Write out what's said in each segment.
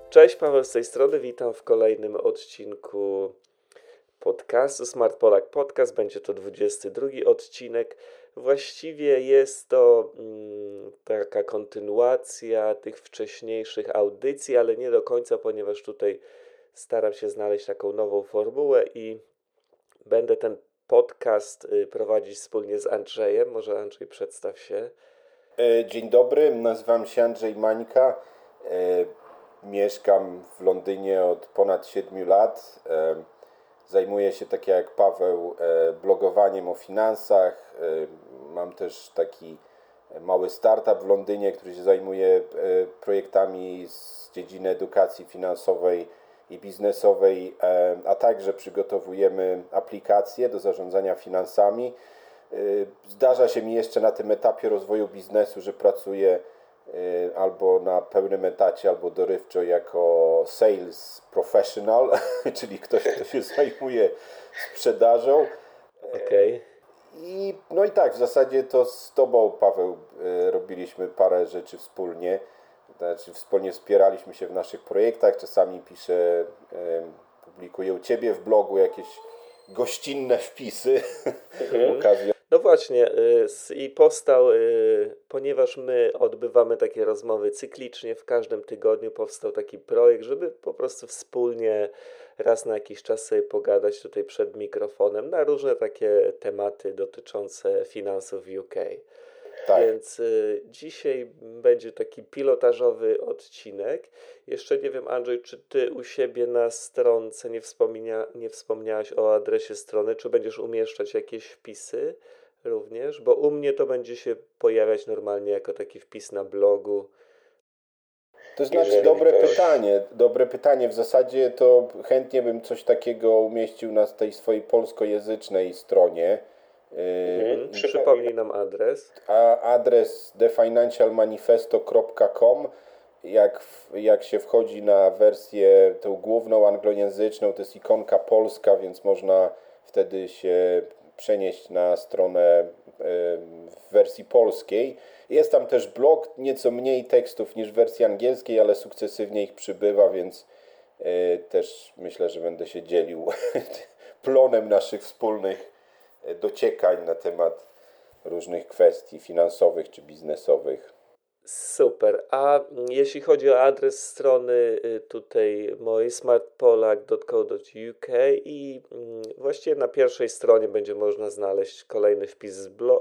Cześć, Paweł z tej strony, witam w kolejnym odcinku podcastu Smart Polak Podcast. Będzie to 22 odcinek. Właściwie jest to taka kontynuacja tych wcześniejszych audycji, ale nie do końca, ponieważ tutaj staram się znaleźć taką nową formułę i będę ten podcast prowadzić wspólnie z Andrzejem. Może Andrzej, przedstaw się. Dzień dobry, nazywam się Andrzej Mańka. Mieszkam w Londynie od ponad 7 lat. Zajmuję się, tak jak Paweł, blogowaniem o finansach. Mam też taki mały startup w Londynie, który się zajmuje projektami z dziedziny edukacji finansowej i biznesowej, a także przygotowujemy aplikacje do zarządzania finansami. Zdarza się mi jeszcze na tym etapie rozwoju biznesu, że pracuję albo na pełnym etacie, albo dorywczo jako sales professional, czyli ktoś, kto się zajmuje sprzedażą. Okej. No i tak, w zasadzie to z Tobą, Paweł, robiliśmy parę rzeczy wspólnie. Znaczy, wspólnie wspieraliśmy się w naszych projektach. Czasami piszę, publikuję u Ciebie w blogu jakieś gościnne wpisy. Okazja. No właśnie, i powstał, ponieważ my odbywamy takie rozmowy cyklicznie, w każdym tygodniu powstał taki projekt, żeby po prostu wspólnie raz na jakiś czas sobie pogadać tutaj przed mikrofonem na różne takie tematy dotyczące finansów w UK. Tak. Więc dzisiaj będzie taki pilotażowy odcinek. Jeszcze nie wiem, Andrzej, czy ty u siebie na stronce nie wspomniałaś o adresie strony, czy będziesz umieszczać jakieś wpisy również? Bo u mnie to będzie się pojawiać normalnie jako taki wpis na blogu. To znaczy, Jeżeli dobre pytanie. W zasadzie to chętnie bym coś takiego umieścił na tej swojej polskojęzycznej stronie. Przypomnij nam adres. A adres thefinancialmanifesto.com. Jak się wchodzi na wersję tą główną anglojęzyczną, to jest ikonka polska, więc można wtedy się przenieść na stronę w wersji polskiej. Jest tam też blog, nieco mniej tekstów niż w wersji angielskiej, ale sukcesywnie ich przybywa, więc też myślę, że będę się dzielił plonem naszych wspólnych dociekań na temat różnych kwestii finansowych czy biznesowych. Super. A jeśli chodzi o adres strony tutaj mojej smartpolak.co.uk i właściwie na pierwszej stronie będzie można znaleźć kolejny wpis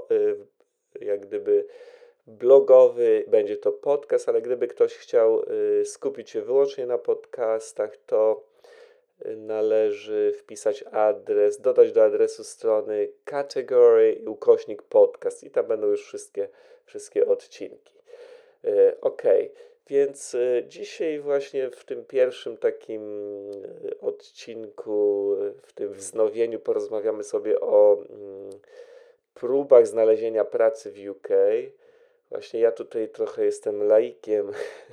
jak gdyby blogowy, będzie to podcast, ale gdyby ktoś chciał skupić się wyłącznie na podcastach, to należy wpisać adres, dodać do adresu strony category /podcast i tam będą już wszystkie odcinki. Ok, więc dzisiaj właśnie w tym pierwszym takim odcinku, w tym wznowieniu porozmawiamy sobie o próbach znalezienia pracy w UK. Właśnie ja tutaj trochę jestem laikiem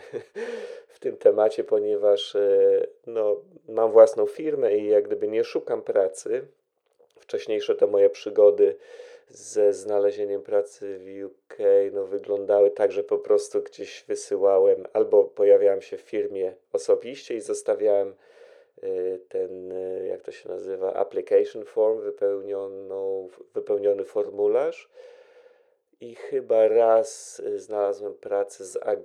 w tym temacie, ponieważ no, mam własną firmę i jak gdyby nie szukam pracy. Wcześniejsze te moje przygody ze znalezieniem pracy w UK wyglądały tak, że po prostu gdzieś wysyłałem albo pojawiałem się w firmie osobiście i zostawiałem ten, jak to się nazywa, application form, wypełniony formularz. I chyba raz znalazłem pracę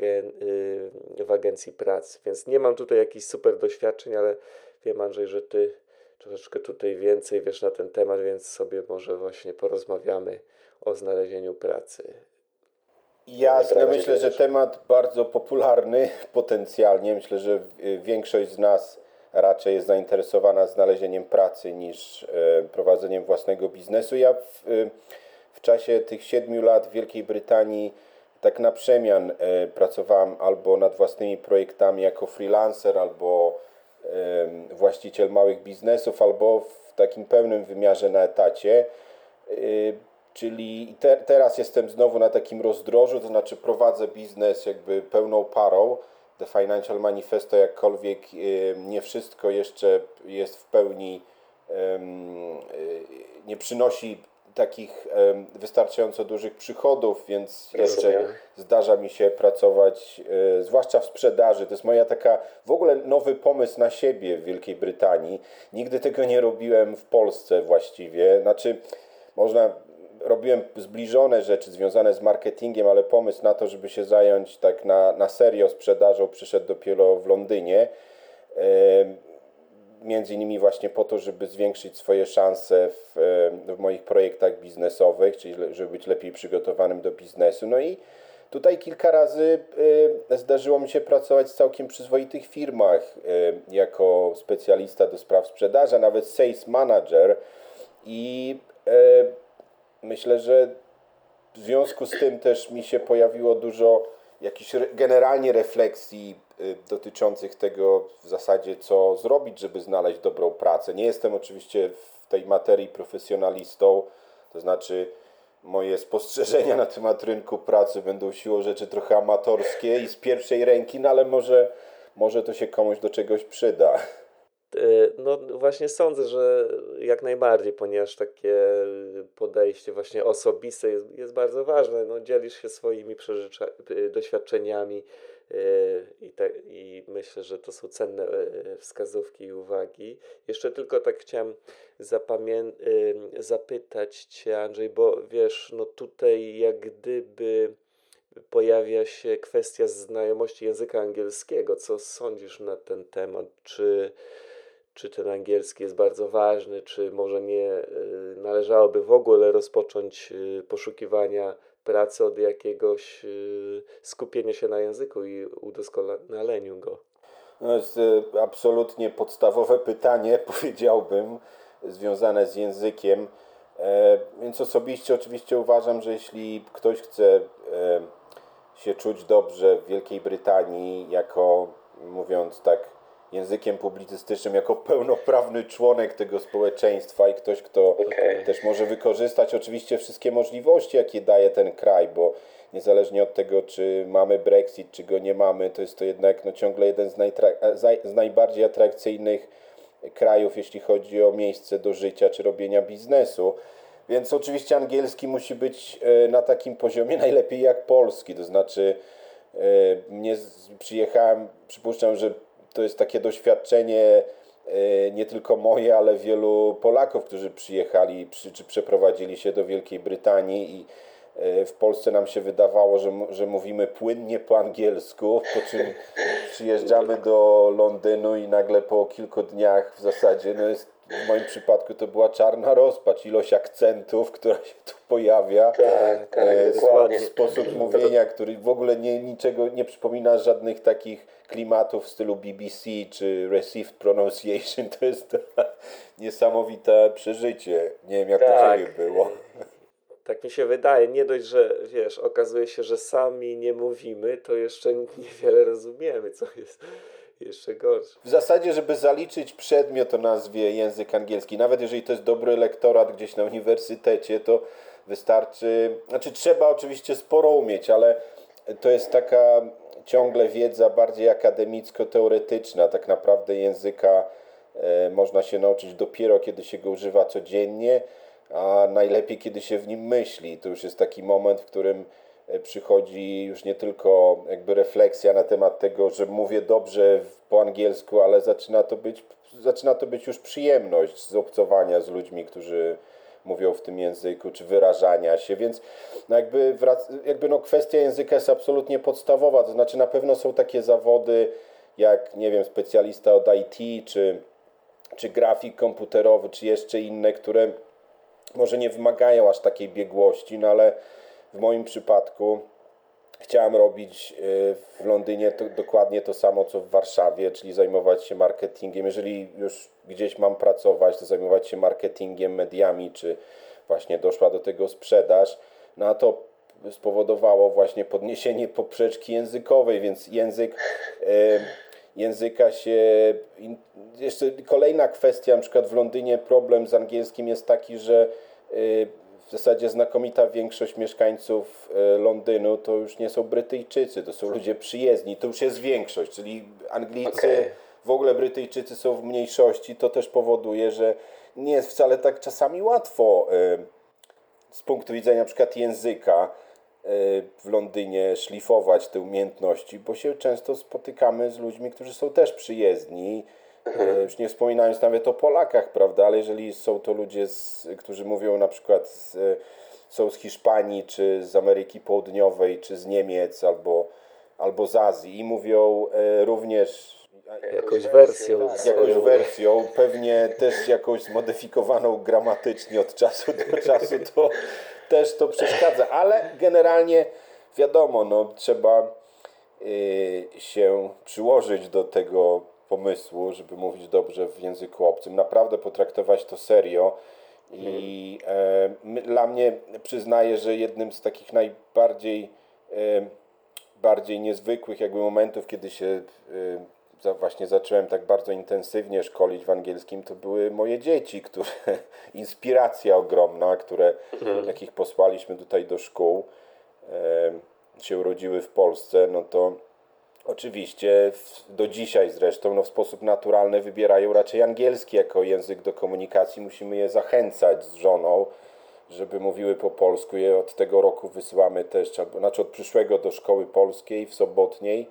w agencji pracy, więc nie mam tutaj jakichś super doświadczeń, ale wiem, Andrzej, że ty troszeczkę tutaj więcej wiesz na ten temat, więc sobie może właśnie porozmawiamy o znalezieniu pracy. Jasne, myślę, że temat bardzo popularny potencjalnie. Myślę, że większość z nas raczej jest zainteresowana znalezieniem pracy niż prowadzeniem własnego biznesu. Ja w czasie tych 7 lat w Wielkiej Brytanii tak na przemian pracowałem albo nad własnymi projektami jako freelancer, albo właściciel małych biznesów, albo w takim pełnym wymiarze na etacie. Czyli teraz jestem znowu na takim rozdrożu, to znaczy prowadzę biznes jakby pełną parą. The Financial Manifesto, jakkolwiek nie wszystko jeszcze jest w pełni, nie przynosi takich wystarczająco dużych przychodów, więc jeszcze Rozumiem. zdarza mi się pracować, zwłaszcza w sprzedaży. To jest moja taka w ogóle nowy pomysł na siebie w Wielkiej Brytanii. Nigdy tego nie robiłem w Polsce właściwie. Znaczy, robiłem zbliżone rzeczy związane z marketingiem, ale pomysł na to, żeby się zająć tak na serio sprzedażą, przyszedł dopiero w Londynie. Między innymi właśnie po to, żeby zwiększyć swoje szanse w moich projektach biznesowych, czyli żeby być lepiej przygotowanym do biznesu. No i tutaj kilka razy zdarzyło mi się pracować w całkiem przyzwoitych firmach jako specjalista do spraw sprzedaży, a nawet sales manager i myślę, że w związku z tym też mi się pojawiło dużo jakichś generalnie refleksji dotyczących tego w zasadzie, co zrobić, żeby znaleźć dobrą pracę. Nie jestem oczywiście w tej materii profesjonalistą, to znaczy moje spostrzeżenia na temat rynku pracy będą siłą rzeczy trochę amatorskie i z pierwszej ręki, no ale może to się komuś do czegoś przyda. No właśnie sądzę, że jak najbardziej, ponieważ takie podejście właśnie osobiste jest bardzo ważne. No, dzielisz się swoimi doświadczeniami i myślę, że to są cenne wskazówki i uwagi. Jeszcze tylko tak chciałem zapytać Cię, Andrzej, bo wiesz, no tutaj jak gdyby pojawia się kwestia znajomości języka angielskiego. Co sądzisz na ten temat? Czy ten angielski jest bardzo ważny, czy może nie należałoby w ogóle rozpocząć poszukiwania pracy od jakiegoś skupienia się na języku i udoskonaleniu go? No jest absolutnie podstawowe pytanie, powiedziałbym, związane z językiem. Więc osobiście oczywiście uważam, że jeśli ktoś chce się czuć dobrze w Wielkiej Brytanii jako, mówiąc tak językiem publicystycznym, jako pełnoprawny członek tego społeczeństwa i ktoś, kto też może wykorzystać oczywiście wszystkie możliwości, jakie daje ten kraj, bo niezależnie od tego, czy mamy Brexit, czy go nie mamy, to jest to jednak no, ciągle jeden z najbardziej atrakcyjnych krajów, jeśli chodzi o miejsce do życia czy robienia biznesu. Więc oczywiście angielski musi być na takim poziomie najlepiej jak polski, to znaczy przypuszczam, że to jest takie doświadczenie nie tylko moje, ale wielu Polaków, którzy przyjechali czy przeprowadzili się do Wielkiej Brytanii i w Polsce nam się wydawało, że mówimy płynnie po angielsku, po czym przyjeżdżamy do Londynu i nagle po kilku dniach w zasadzie, no w moim przypadku to była czarna rozpacz, ilość akcentów, która się tu pojawia, dokładnie. sposób mówienia, który w ogóle niczego nie przypomina żadnych takich klimatów w stylu BBC czy Received Pronunciation. To jest niesamowite przeżycie. Nie wiem, jak u Ciebie było. Tak mi się wydaje, nie dość, że wiesz, okazuje się, że sami nie mówimy, to jeszcze niewiele rozumiemy, co jest jeszcze gorsze. W zasadzie, żeby zaliczyć przedmiot o nazwie język angielski, nawet jeżeli to jest dobry lektorat gdzieś na uniwersytecie, to wystarczy, znaczy trzeba oczywiście sporo umieć, ale to jest taka ciągle wiedza bardziej akademicko-teoretyczna. Tak naprawdę języka można się nauczyć dopiero, kiedy się go używa codziennie, a najlepiej, kiedy się w nim myśli. To już jest taki moment, w którym przychodzi już nie tylko jakby refleksja na temat tego, że mówię dobrze po angielsku, ale zaczyna to być już przyjemność z obcowania z ludźmi, którzy mówią w tym języku, czy wyrażania się, więc no kwestia języka jest absolutnie podstawowa, to znaczy na pewno są takie zawody jak, nie wiem, specjalista od IT, czy grafik komputerowy, czy jeszcze inne, które może nie wymagają aż takiej biegłości, no ale w moim przypadku chciałem robić w Londynie dokładnie to samo, co w Warszawie, czyli zajmować się marketingiem. Jeżeli już gdzieś mam pracować, to zajmować się marketingiem, mediami, czy właśnie doszła do tego sprzedaż. No a to spowodowało właśnie podniesienie poprzeczki językowej, więc języka się... Jeszcze kolejna kwestia, na przykład w Londynie problem z angielskim jest taki, że w zasadzie znakomita większość mieszkańców Londynu to już nie są Brytyjczycy, to są ludzie przyjezdni, to już jest większość, czyli Anglicy, w ogóle Brytyjczycy są w mniejszości, to też powoduje, że nie jest wcale tak czasami łatwo z punktu widzenia na przykład języka w Londynie szlifować te umiejętności, bo się często spotykamy z ludźmi, którzy są też przyjezdni. Już nie wspominając nawet o Polakach, prawda, ale jeżeli są to ludzie, którzy mówią na przykład są z Hiszpanii, czy z Ameryki Południowej, czy z Niemiec, albo z Azji i mówią również Jakąś wersją. jakąś wersją, pewnie też jakąś zmodyfikowaną gramatycznie od czasu do czasu, to też to przeszkadza, ale generalnie wiadomo, no, trzeba się przyłożyć do tego pomysłu, żeby mówić dobrze w języku obcym, naprawdę potraktować to serio i dla mnie przyznaję, że jednym z takich bardziej niezwykłych jakby momentów, kiedy się właśnie zacząłem tak bardzo intensywnie szkolić w angielskim, to były moje dzieci, które inspiracja ogromna, jakich posłaliśmy tutaj do szkół, się urodziły w Polsce, no to oczywiście do dzisiaj zresztą no w sposób naturalny wybierają raczej angielski jako język do komunikacji. Musimy je zachęcać z żoną, żeby mówiły po polsku. Je od tego roku wysyłamy też, znaczy od przyszłego do szkoły polskiej w Sobotniej,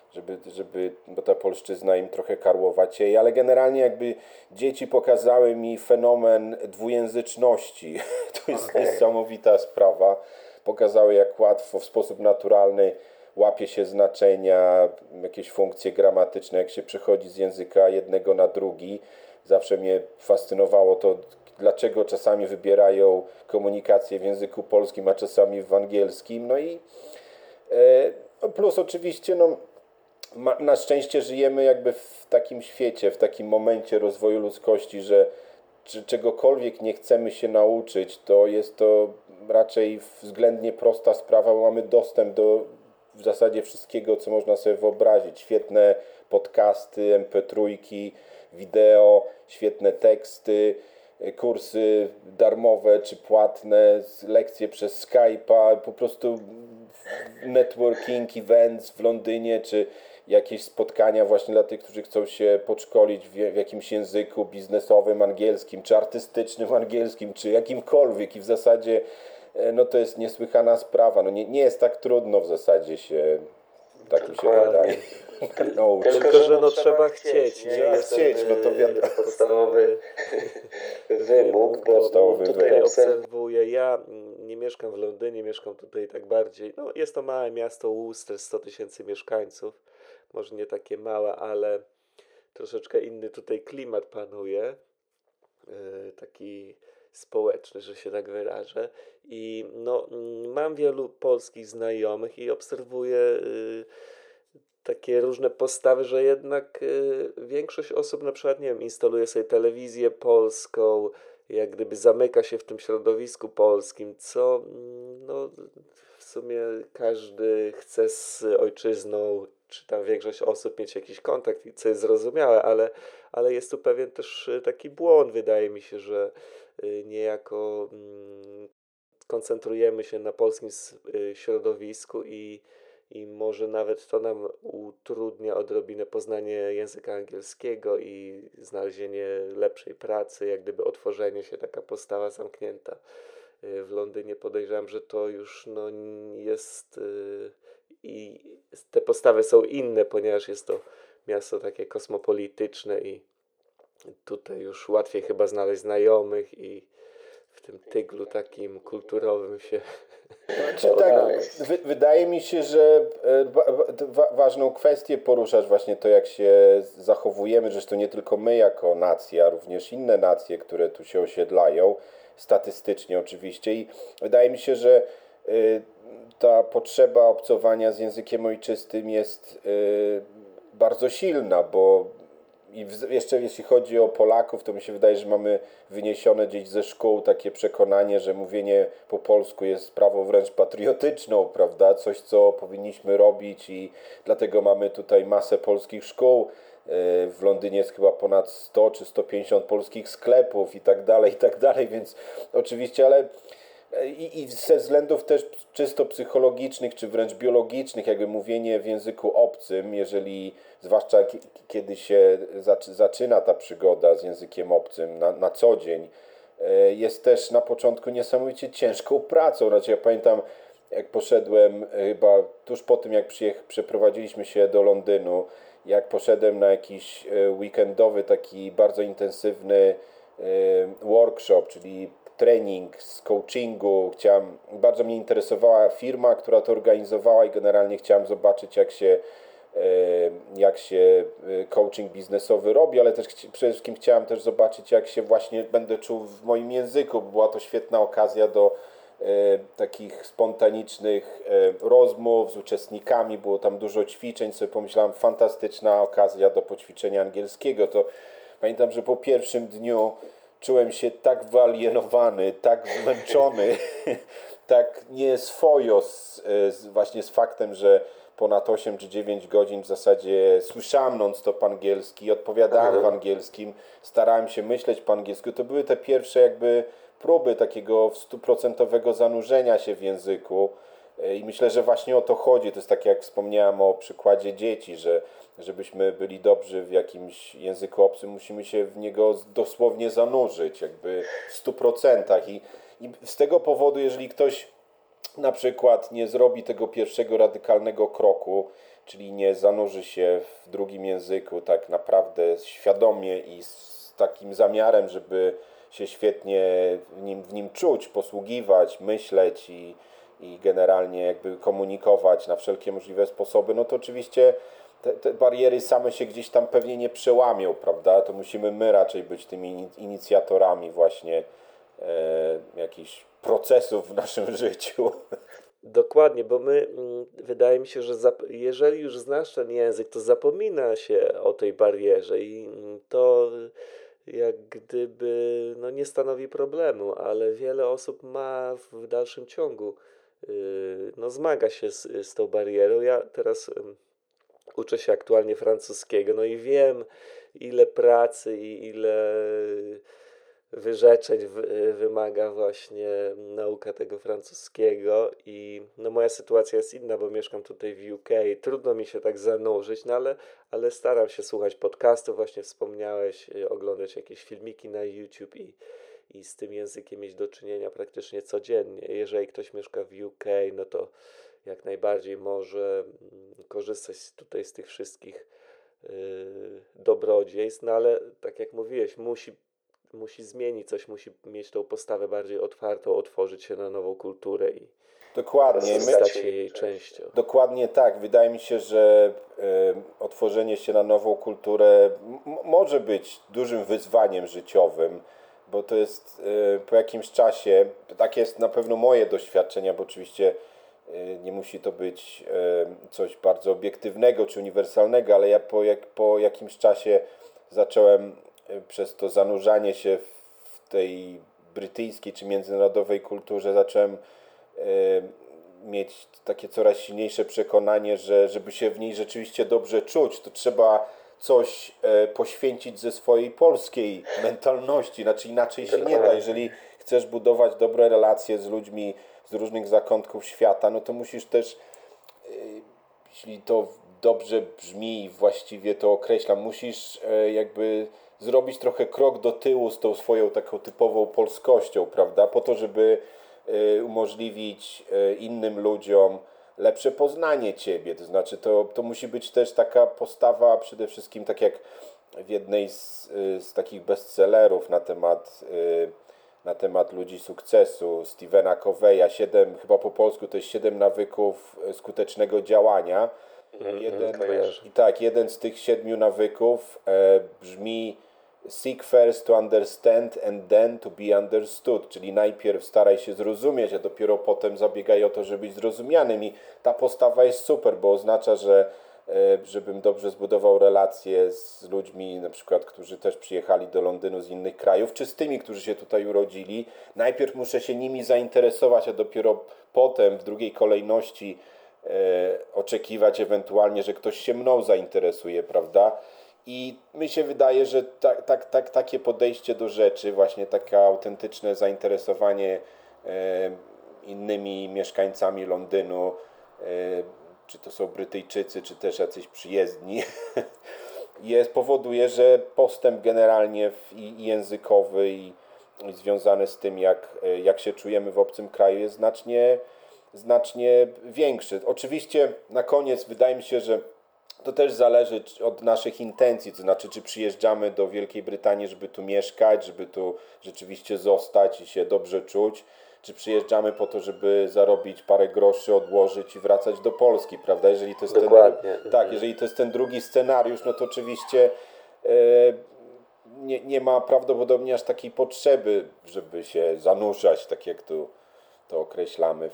bo ta polszczyzna im trochę karłowacieje, ale generalnie jakby dzieci pokazały mi fenomen dwujęzyczności. To jest niesamowita sprawa. Pokazały, jak łatwo, w sposób naturalny łapie się znaczenia, jakieś funkcje gramatyczne, jak się przechodzi z języka jednego na drugi. Zawsze mnie fascynowało to, dlaczego czasami wybierają komunikację w języku polskim, a czasami w angielskim. No i plus oczywiście, no, na szczęście żyjemy jakby w takim świecie, w takim momencie rozwoju ludzkości, że czegokolwiek nie chcemy się nauczyć, to jest to raczej względnie prosta sprawa, bo mamy dostęp do w zasadzie wszystkiego, co można sobie wyobrazić. Świetne podcasty, MP3, wideo, świetne teksty, kursy darmowe czy płatne, lekcje przez Skype'a, po prostu networking events w Londynie, czy jakieś spotkania właśnie dla tych, którzy chcą się podszkolić w jakimś języku biznesowym angielskim, czy artystycznym angielskim, czy jakimkolwiek i w zasadzie no to jest niesłychana sprawa. No nie jest tak trudno w zasadzie się, tak mi się wydaje. No, tylko, że no trzeba chcieć. Nie jest chcieć, no to wiadomo. Podstawowy wymóg, bo tutaj obserwuję. Ja nie mieszkam w Londynie, mieszkam tutaj tak bardziej. No, jest to małe miasto Worcester, 100 000 mieszkańców. Może nie takie małe, ale troszeczkę inny tutaj klimat panuje. Taki społeczny, że się tak wyrażę. I no, mam wielu polskich znajomych i obserwuję takie różne postawy, że jednak większość osób na przykład, nie wiem, instaluje sobie telewizję polską, jak gdyby zamyka się w tym środowisku polskim, co no w sumie każdy chce z ojczyzną, czy tam większość osób mieć jakiś kontakt, co jest zrozumiałe, ale jest tu pewien też taki błąd, wydaje mi się, że niejako koncentrujemy się na polskim środowisku i może nawet to nam utrudnia odrobinę poznanie języka angielskiego i znalezienie lepszej pracy, jak gdyby otworzenie się, taka postawa zamknięta. W Londynie podejrzewam, że to już no, jest i te postawy są inne, ponieważ jest to miasto takie kosmopolityczne i tutaj już łatwiej chyba znaleźć znajomych i w tym tyglu takim kulturowym się wydaje mi się, że ważną kwestię poruszasz właśnie to, jak się zachowujemy, zresztą nie tylko my jako nacja, również inne nacje, które tu się osiedlają, statystycznie oczywiście i wydaje mi się, że ta potrzeba obcowania z językiem ojczystym jest bardzo silna, bo jeszcze jeśli chodzi o Polaków, to mi się wydaje, że mamy wyniesione gdzieś ze szkół takie przekonanie, że mówienie po polsku jest sprawą wręcz patriotyczną, prawda? Coś, co powinniśmy robić i dlatego mamy tutaj masę polskich szkół. W Londynie jest chyba ponad 100 czy 150 polskich sklepów i tak dalej, więc oczywiście, ale i ze względów też czysto psychologicznych, czy wręcz biologicznych, jakby mówienie w języku obcym, jeżeli, zwłaszcza kiedy się zaczyna ta przygoda z językiem obcym na co dzień, jest też na początku niesamowicie ciężką pracą. Znaczy ja pamiętam, jak poszedłem chyba tuż po tym, jak przeprowadziliśmy się do Londynu, jak poszedłem na jakiś weekendowy, taki bardzo intensywny workshop, czyli trening z coachingu. Bardzo mnie interesowała firma, która to organizowała i generalnie chciałem zobaczyć, jak się coaching biznesowy robi, ale też przede wszystkim chciałem też zobaczyć, jak się właśnie będę czuł w moim języku. Była to świetna okazja do takich spontanicznych rozmów z uczestnikami, było tam dużo ćwiczeń, sobie pomyślałem, fantastyczna okazja do poćwiczenia angielskiego. To pamiętam, że po pierwszym dniu czułem się tak wyalienowany, tak zmęczony, tak nieswojo właśnie z faktem, że ponad 8 czy 9 godzin w zasadzie słyszałem non-stop angielski, odpowiadałem w angielskim, starałem się myśleć po angielsku. To były te pierwsze jakby próby takiego 100% zanurzenia się w języku. I myślę, że właśnie o to chodzi. To jest tak, jak wspomniałem o przykładzie dzieci, że żebyśmy byli dobrzy w jakimś języku obcym, musimy się w niego dosłownie zanurzyć, jakby w 100%. I z tego powodu, jeżeli ktoś na przykład nie zrobi tego pierwszego radykalnego kroku, czyli nie zanurzy się w drugim języku tak naprawdę świadomie i z takim zamiarem, żeby się świetnie w nim czuć, posługiwać, myśleć i generalnie jakby komunikować na wszelkie możliwe sposoby, no to oczywiście te bariery same się gdzieś tam pewnie nie przełamią, prawda? To musimy my raczej być tymi inicjatorami właśnie jakichś procesów w naszym życiu. Dokładnie, bo my, wydaje mi się, że jeżeli już znasz ten język, to zapomina się o tej barierze i to jak gdyby no, nie stanowi problemu, ale wiele osób ma w dalszym ciągu, no, zmaga się z tą barierą. Ja teraz uczę się aktualnie francuskiego, no i wiem, ile pracy i ile wyrzeczeń wymaga właśnie nauka tego francuskiego i no moja sytuacja jest inna, bo mieszkam tutaj w UK, trudno mi się tak zanurzyć, no ale staram się słuchać podcastów, właśnie wspomniałeś, oglądać jakieś filmiki na YouTube i z tym językiem mieć do czynienia praktycznie codziennie. Jeżeli ktoś mieszka w UK, no to jak najbardziej może korzystać tutaj z tych wszystkich dobrodziejstw, no ale tak jak mówiłeś, musi zmienić coś, musi mieć tą postawę bardziej otwartą, otworzyć się na nową kulturę i Dokładnie. stać się jej częścią. Dokładnie tak. Wydaje mi się, że otworzenie się na nową kulturę może być dużym wyzwaniem życiowym, bo to jest po jakimś czasie, tak jest na pewno moje doświadczenia, bo oczywiście nie musi to być coś bardzo obiektywnego czy uniwersalnego, ale ja po jakimś czasie zacząłem przez to zanurzanie się w tej brytyjskiej czy międzynarodowej kulturze, zacząłem mieć takie coraz silniejsze przekonanie, że żeby się w niej rzeczywiście dobrze czuć, to trzeba coś poświęcić ze swojej polskiej mentalności, znaczy inaczej się nie da. Jeżeli chcesz budować dobre relacje z ludźmi z różnych zakątków świata, no to musisz też, jeśli to dobrze brzmi i właściwie to określam, musisz jakby zrobić trochę krok do tyłu z tą swoją taką typową polskością, prawda? Po to, żeby umożliwić innym ludziom lepsze poznanie Ciebie. To znaczy to musi być też taka postawa przede wszystkim, tak jak w jednej z takich bestsellerów na temat ludzi sukcesu Stephena Coveya, chyba po polsku to jest 7 nawyków skutecznego działania. Jeden z tych 7 nawyków brzmi Seek first to understand and then to be understood, czyli najpierw staraj się zrozumieć, a dopiero potem zabiegaj o to, żeby być zrozumianym. I ta postawa jest super, bo oznacza, że żebym dobrze zbudował relacje z ludźmi, na przykład, którzy też przyjechali do Londynu z innych krajów, czy z tymi, którzy się tutaj urodzili. Najpierw muszę się nimi zainteresować, a dopiero potem w drugiej kolejności oczekiwać ewentualnie, że ktoś się mną zainteresuje, prawda? I mi się wydaje, że takie podejście do rzeczy, właśnie takie autentyczne zainteresowanie innymi mieszkańcami Londynu, czy to są Brytyjczycy, czy też jacyś przyjezdni, powoduje, że postęp generalnie i językowy, związane z tym, jak się czujemy w obcym kraju, jest znacznie większy. Oczywiście na koniec wydaje mi się, że to też zależy od naszych intencji, to znaczy, czy przyjeżdżamy do Wielkiej Brytanii, żeby tu mieszkać, żeby tu rzeczywiście zostać i się dobrze czuć, czy przyjeżdżamy po to, żeby zarobić parę groszy, odłożyć i wracać do Polski, prawda? Jeżeli to jest Dokładnie. tak, jeżeli to jest ten drugi scenariusz, no to oczywiście e, nie ma prawdopodobnie aż takiej potrzeby, żeby się zanurzać, tak jak tu to określamy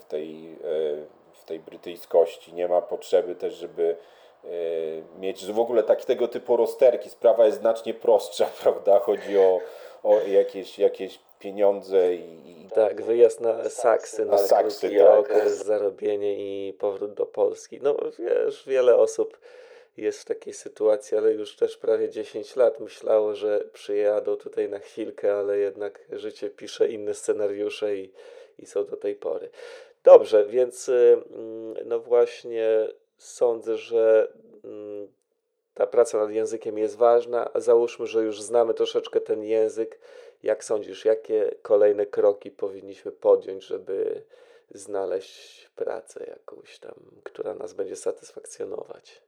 w tej brytyjskości. Nie ma potrzeby też, żeby mieć w ogóle tego typu rozterki. Sprawa jest znacznie prostsza, prawda? Chodzi o jakieś pieniądze i Tak, wyjazd na Saksy, na Saksy, krótki tak. okres, zarobienie i powrót do Polski. No wiesz, wiele osób jest w takiej sytuacji, ale już też prawie 10 lat myślało, że przyjadą tutaj na chwilkę, ale jednak życie pisze inne scenariusze i są do tej pory. Dobrze, więc no właśnie sądzę, że ta praca nad językiem jest ważna, a załóżmy, że już znamy troszeczkę ten język. Jak sądzisz, jakie kolejne kroki powinniśmy podjąć, żeby znaleźć pracę jakąś tam, która nas będzie satysfakcjonować?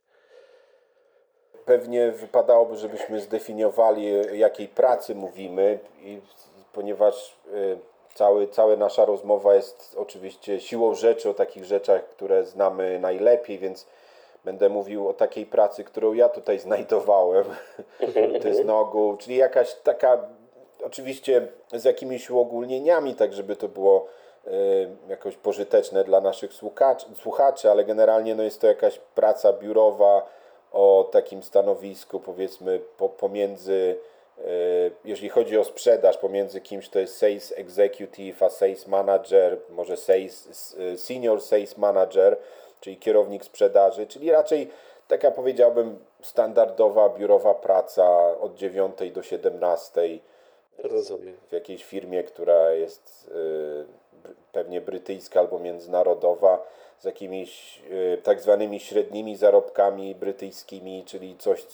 Pewnie wypadałoby, żebyśmy zdefiniowali, jakiej pracy mówimy, ponieważ cała nasza rozmowa jest oczywiście siłą rzeczy o takich rzeczach, które znamy najlepiej, więc będę mówił o takiej pracy, którą ja tutaj znajdowałem. To jest na ogół, czyli jakaś taka, oczywiście z jakimiś uogólnieniami, tak żeby to było jakoś pożyteczne dla naszych słuchaczy, ale generalnie no jest to jakaś praca biurowa o takim stanowisku, powiedzmy, pomiędzy, jeżeli chodzi o sprzedaż, pomiędzy kimś, kto jest sales executive, a sales manager, może senior sales manager, czyli kierownik sprzedaży, czyli raczej taka, powiedziałbym, standardowa biurowa praca od 9 do 17 Rozumiem. w jakiejś firmie, która jest pewnie brytyjska albo międzynarodowa, z jakimiś tak zwanymi średnimi zarobkami brytyjskimi, czyli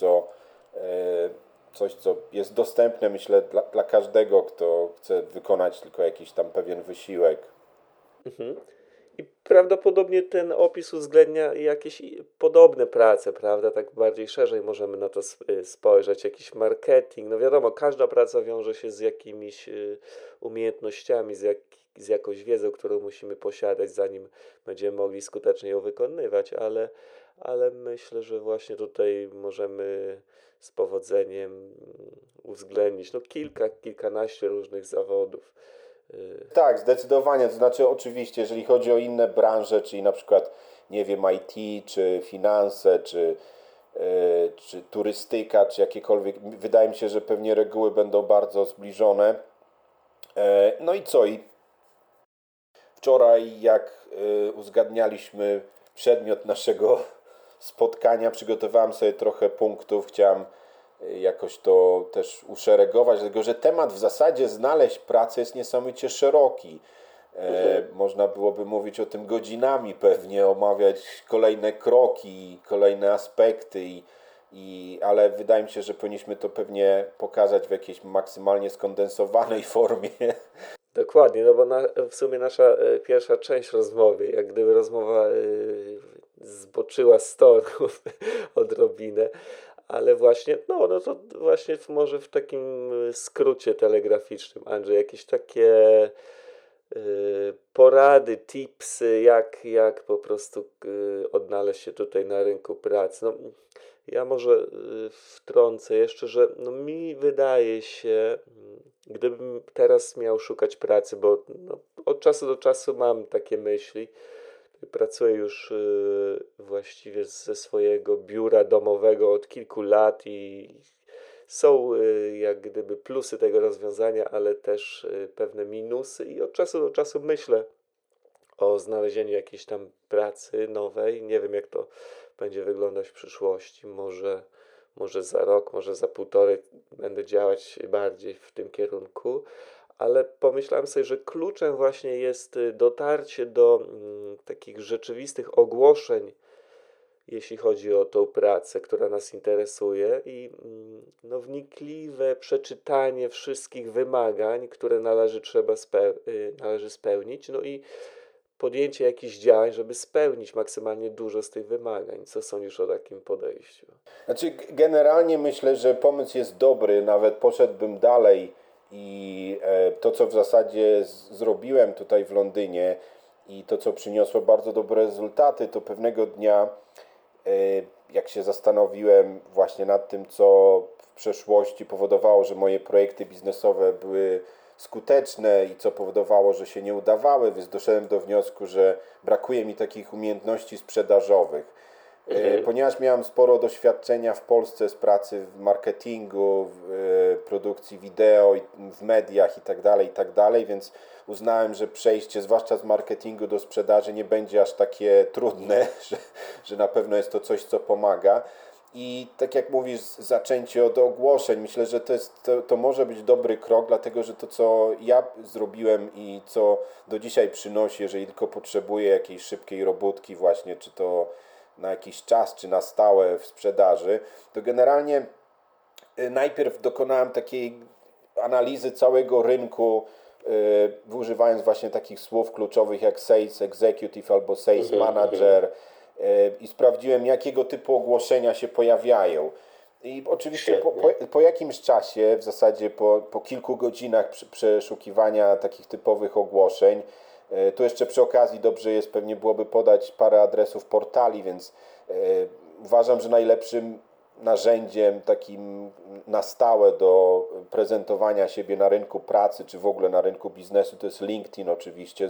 coś, co jest dostępne, myślę, dla każdego, kto chce wykonać tylko jakiś tam pewien wysiłek. I prawdopodobnie ten opis uwzględnia jakieś podobne prace, prawda? Tak bardziej szerzej możemy na to spojrzeć. Jakiś marketing. No wiadomo, każda praca wiąże się z jakimiś umiejętnościami, z jakąś wiedzą, którą musimy posiadać, zanim będziemy mogli skutecznie ją wykonywać, ale myślę, że właśnie tutaj możemy z powodzeniem uwzględnić no kilkanaście różnych zawodów. Tak, zdecydowanie. To znaczy, oczywiście, jeżeli chodzi o inne branże, czyli na przykład, nie wiem, IT, czy finanse, czy turystyka, czy jakiekolwiek, wydaje mi się, że pewnie reguły będą bardzo zbliżone. No i co? I wczoraj, jak uzgadnialiśmy przedmiot naszego spotkania, przygotowałem sobie trochę punktów, chciałem jakoś to też uszeregować, dlatego że temat w zasadzie znaleźć pracę jest niesamowicie szeroki. Można byłoby mówić o tym godzinami pewnie, omawiać kolejne kroki, kolejne aspekty, ale wydaje mi się, że powinniśmy to pewnie pokazać w jakiejś maksymalnie skondensowanej formie. Dokładnie, no bo w sumie nasza pierwsza część rozmowy, jak gdyby rozmowa zboczyła z toru odrobinę, ale właśnie, no to właśnie może w takim skrócie telegraficznym, Andrzej, jakieś takie porady, tipsy, jak po prostu odnaleźć się tutaj na rynku pracy. No, ja może wtrącę jeszcze, że no, mi wydaje się, gdybym teraz miał szukać pracy, bo no, od czasu do czasu mam takie myśli, pracuję już właściwie ze swojego biura domowego od kilku lat i są jak gdyby plusy tego rozwiązania, ale też pewne minusy i od czasu do czasu myślę o znalezieniu jakiejś tam pracy nowej. Nie wiem, jak to będzie wyglądać w przyszłości. Może za rok, może za półtorej będę działać bardziej w tym kierunku, ale pomyślałem sobie, że kluczem właśnie jest dotarcie do takich rzeczywistych ogłoszeń jeśli chodzi o tą pracę, która nas interesuje i no, wnikliwe przeczytanie wszystkich wymagań, które należy spełnić, no i podjęcie jakichś działań, żeby spełnić maksymalnie dużo z tych wymagań. Co sądzisz o takim podejściu? Znaczy, generalnie myślę, że pomysł jest dobry, nawet poszedłbym dalej i to, co w zasadzie zrobiłem tutaj w Londynie i to, co przyniosło bardzo dobre rezultaty, to pewnego dnia, jak się zastanowiłem właśnie nad tym, co w przeszłości powodowało, że moje projekty biznesowe były skuteczne i co powodowało, że się nie udawały, więc doszedłem do wniosku, że brakuje mi takich umiejętności sprzedażowych. Ponieważ miałem sporo doświadczenia w Polsce z pracy w marketingu, w produkcji wideo, w mediach itd., więc uznałem, że przejście zwłaszcza z marketingu do sprzedaży nie będzie aż takie trudne, że na pewno jest to coś, co pomaga. I tak jak mówisz, zaczęcie od ogłoszeń, myślę, że to może być dobry krok, dlatego że to, co ja zrobiłem i co do dzisiaj przynosi, jeżeli tylko potrzebuję jakiejś szybkiej robótki właśnie, czy to na jakiś czas, czy na stałe w sprzedaży, to generalnie najpierw dokonałem takiej analizy całego rynku, używając właśnie takich słów kluczowych jak Sales Executive albo Sales Manager, i sprawdziłem, jakiego typu ogłoszenia się pojawiają. I oczywiście po jakimś czasie, w zasadzie po kilku godzinach przeszukiwania takich typowych ogłoszeń, tu jeszcze przy okazji dobrze jest, pewnie byłoby podać parę adresów portali, więc uważam, że najlepszym narzędziem takim na stałe do prezentowania siebie na rynku pracy, czy w ogóle na rynku biznesu, to jest LinkedIn oczywiście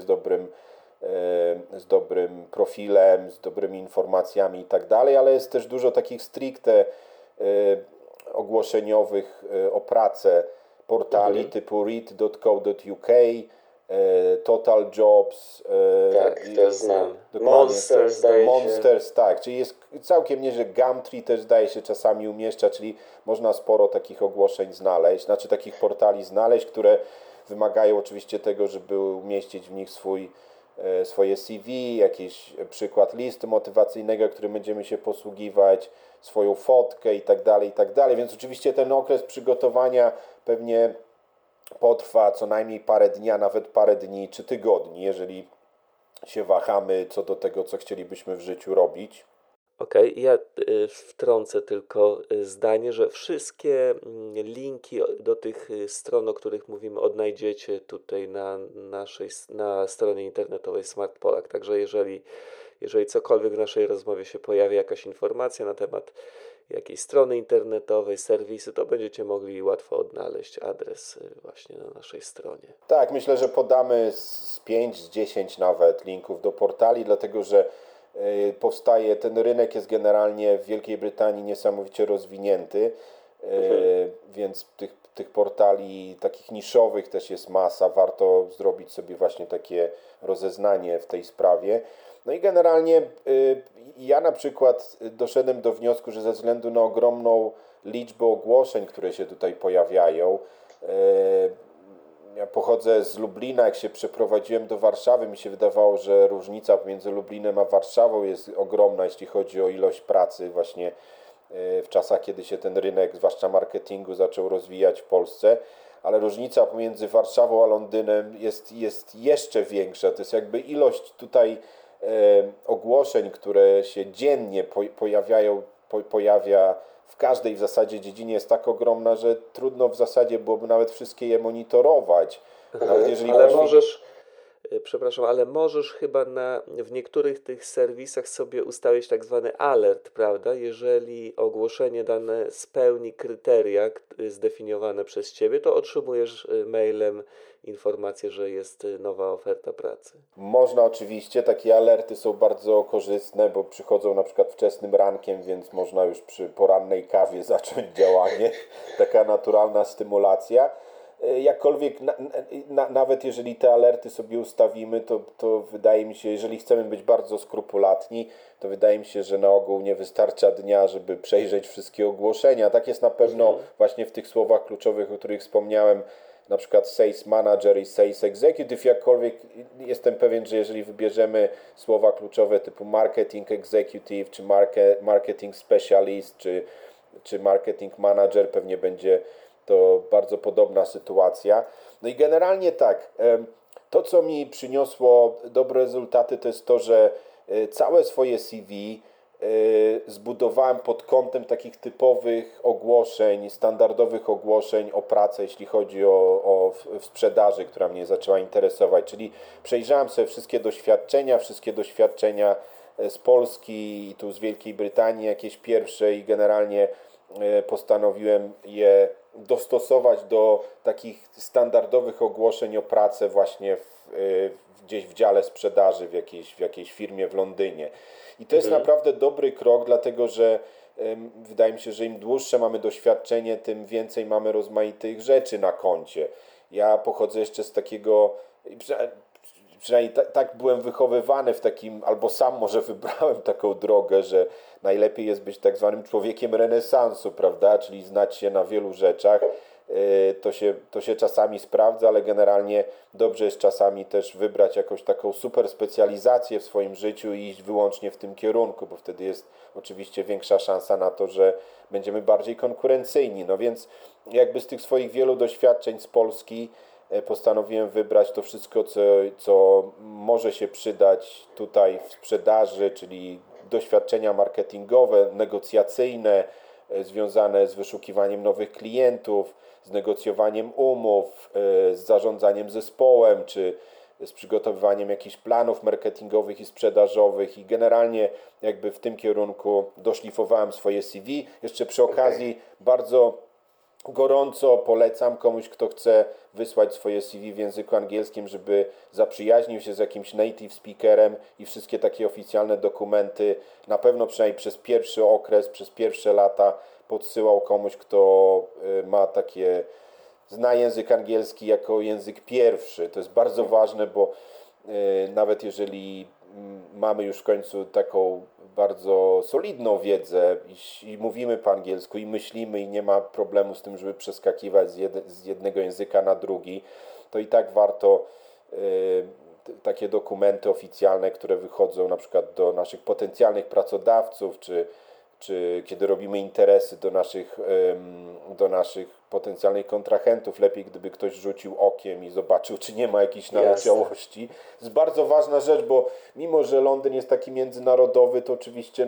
z dobrym profilem, z dobrymi informacjami i tak dalej, ale jest też dużo takich stricte ogłoszeniowych o pracę portali typu read.co.uk, Total Jobs, tak, to znam. Monster zdaje się. Monsters, tak, czyli jest całkiem nieźle. Gumtree też zdaje się czasami umieszcza, czyli można sporo takich ogłoszeń znaleźć, znaczy takich portali znaleźć, które wymagają oczywiście tego, żeby umieścić w nich swoje CV, jakiś przykład listu motywacyjnego, którym będziemy się posługiwać, swoją fotkę i tak dalej, więc oczywiście ten okres przygotowania pewnie potrwa co najmniej parę dni, a nawet parę dni czy tygodni, jeżeli się wahamy co do tego, co chcielibyśmy w życiu robić. Okej, ja wtrącę tylko zdanie, że wszystkie linki do tych stron, o których mówimy, odnajdziecie tutaj na stronie internetowej Smart Polak. Także jeżeli cokolwiek w naszej rozmowie się pojawi, jakaś informacja na temat jakiejś strony internetowej, serwisu, to będziecie mogli łatwo odnaleźć adres właśnie na naszej stronie. Tak, myślę, że podamy z 5, z 10 nawet linków do portali, dlatego że powstaje, ten rynek jest generalnie w Wielkiej Brytanii niesamowicie rozwinięty, więc tych portali takich niszowych też jest masa, warto zrobić sobie właśnie takie rozeznanie w tej sprawie. No i generalnie ja na przykład doszedłem do wniosku, że ze względu na ogromną liczbę ogłoszeń, które się tutaj pojawiają, ja pochodzę z Lublina, jak się przeprowadziłem do Warszawy, mi się wydawało, że różnica pomiędzy Lublinem a Warszawą jest ogromna, jeśli chodzi o ilość pracy właśnie w czasach, kiedy się ten rynek, zwłaszcza marketingu, zaczął rozwijać w Polsce, ale różnica pomiędzy Warszawą a Londynem jest jeszcze większa. To jest jakby ilość tutaj ogłoszeń, które się dziennie pojawia w każdej w zasadzie dziedzinie, jest tak ogromna, że trudno w zasadzie byłoby nawet wszystkie je monitorować. Nawet jeżeli ale możesz chyba w niektórych tych serwisach sobie ustawić tak zwany alert, prawda? Jeżeli ogłoszenie dane spełni kryteria zdefiniowane przez Ciebie, to otrzymujesz mailem informację, że jest nowa oferta pracy. Można oczywiście, takie alerty są bardzo korzystne, bo przychodzą na przykład wczesnym rankiem, więc można już przy porannej kawie zacząć działanie. Taka naturalna stymulacja. Jakkolwiek, nawet jeżeli te alerty sobie ustawimy, to wydaje mi się, jeżeli chcemy być bardzo skrupulatni, to wydaje mi się, że na ogół nie wystarcza dnia, żeby przejrzeć wszystkie ogłoszenia. Tak jest na pewno właśnie w tych słowach kluczowych, o których wspomniałem, na przykład Sales Manager i Sales Executive, jakkolwiek jestem pewien, że jeżeli wybierzemy słowa kluczowe typu Marketing Executive, czy Marketing Specialist, czy Marketing Manager, pewnie będzie to bardzo podobna sytuacja. No i generalnie tak, to co mi przyniosło dobre rezultaty, to jest to, że całe swoje CV zbudowałem pod kątem takich typowych ogłoszeń, standardowych ogłoszeń o pracę, jeśli chodzi o w sprzedaży, która mnie zaczęła interesować. Czyli przejrzałem sobie wszystkie doświadczenia z Polski i tu z Wielkiej Brytanii, jakieś pierwsze, i generalnie postanowiłem je dostosować do takich standardowych ogłoszeń o pracę właśnie gdzieś w dziale sprzedaży w jakiejś firmie w Londynie. I to jest naprawdę dobry krok, dlatego że wydaje mi się, że im dłuższe mamy doświadczenie, tym więcej mamy rozmaitych rzeczy na koncie. Ja pochodzę jeszcze z takiego, przynajmniej tak byłem wychowywany w takim, albo sam może wybrałem taką drogę, że najlepiej jest być tak zwanym człowiekiem renesansu, prawda, czyli znać się na wielu rzeczach. To się czasami sprawdza, ale generalnie dobrze jest czasami też wybrać jakąś taką super specjalizację w swoim życiu i iść wyłącznie w tym kierunku, bo wtedy jest oczywiście większa szansa na to, że będziemy bardziej konkurencyjni. No więc jakby z tych swoich wielu doświadczeń z Polski postanowiłem wybrać to wszystko, co może się przydać tutaj w sprzedaży, czyli doświadczenia marketingowe, negocjacyjne, związane z wyszukiwaniem nowych klientów, z negocjowaniem umów, z zarządzaniem zespołem, czy z przygotowywaniem jakichś planów marketingowych i sprzedażowych, i generalnie jakby w tym kierunku doszlifowałem swoje CV. Jeszcze przy okazji bardzo gorąco polecam komuś, kto chce wysłać swoje CV w języku angielskim, żeby zaprzyjaźnił się z jakimś native speakerem i wszystkie takie oficjalne dokumenty, na pewno przynajmniej przez pierwszy okres, przez pierwsze lata, podsyłał komuś, kto zna język angielski jako język pierwszy. To jest bardzo ważne, bo nawet jeżeli mamy już w końcu taką bardzo solidną wiedzę i mówimy po angielsku i myślimy i nie ma problemu z tym, żeby przeskakiwać z jednego języka na drugi, to i tak warto takie dokumenty oficjalne, które wychodzą na przykład do naszych potencjalnych pracodawców, czy kiedy robimy interesy do naszych potencjalnych kontrahentów, lepiej gdyby ktoś rzucił okiem i zobaczył, czy nie ma jakichś naleciałości. To jest bardzo ważna rzecz, bo mimo, że Londyn jest taki międzynarodowy, to oczywiście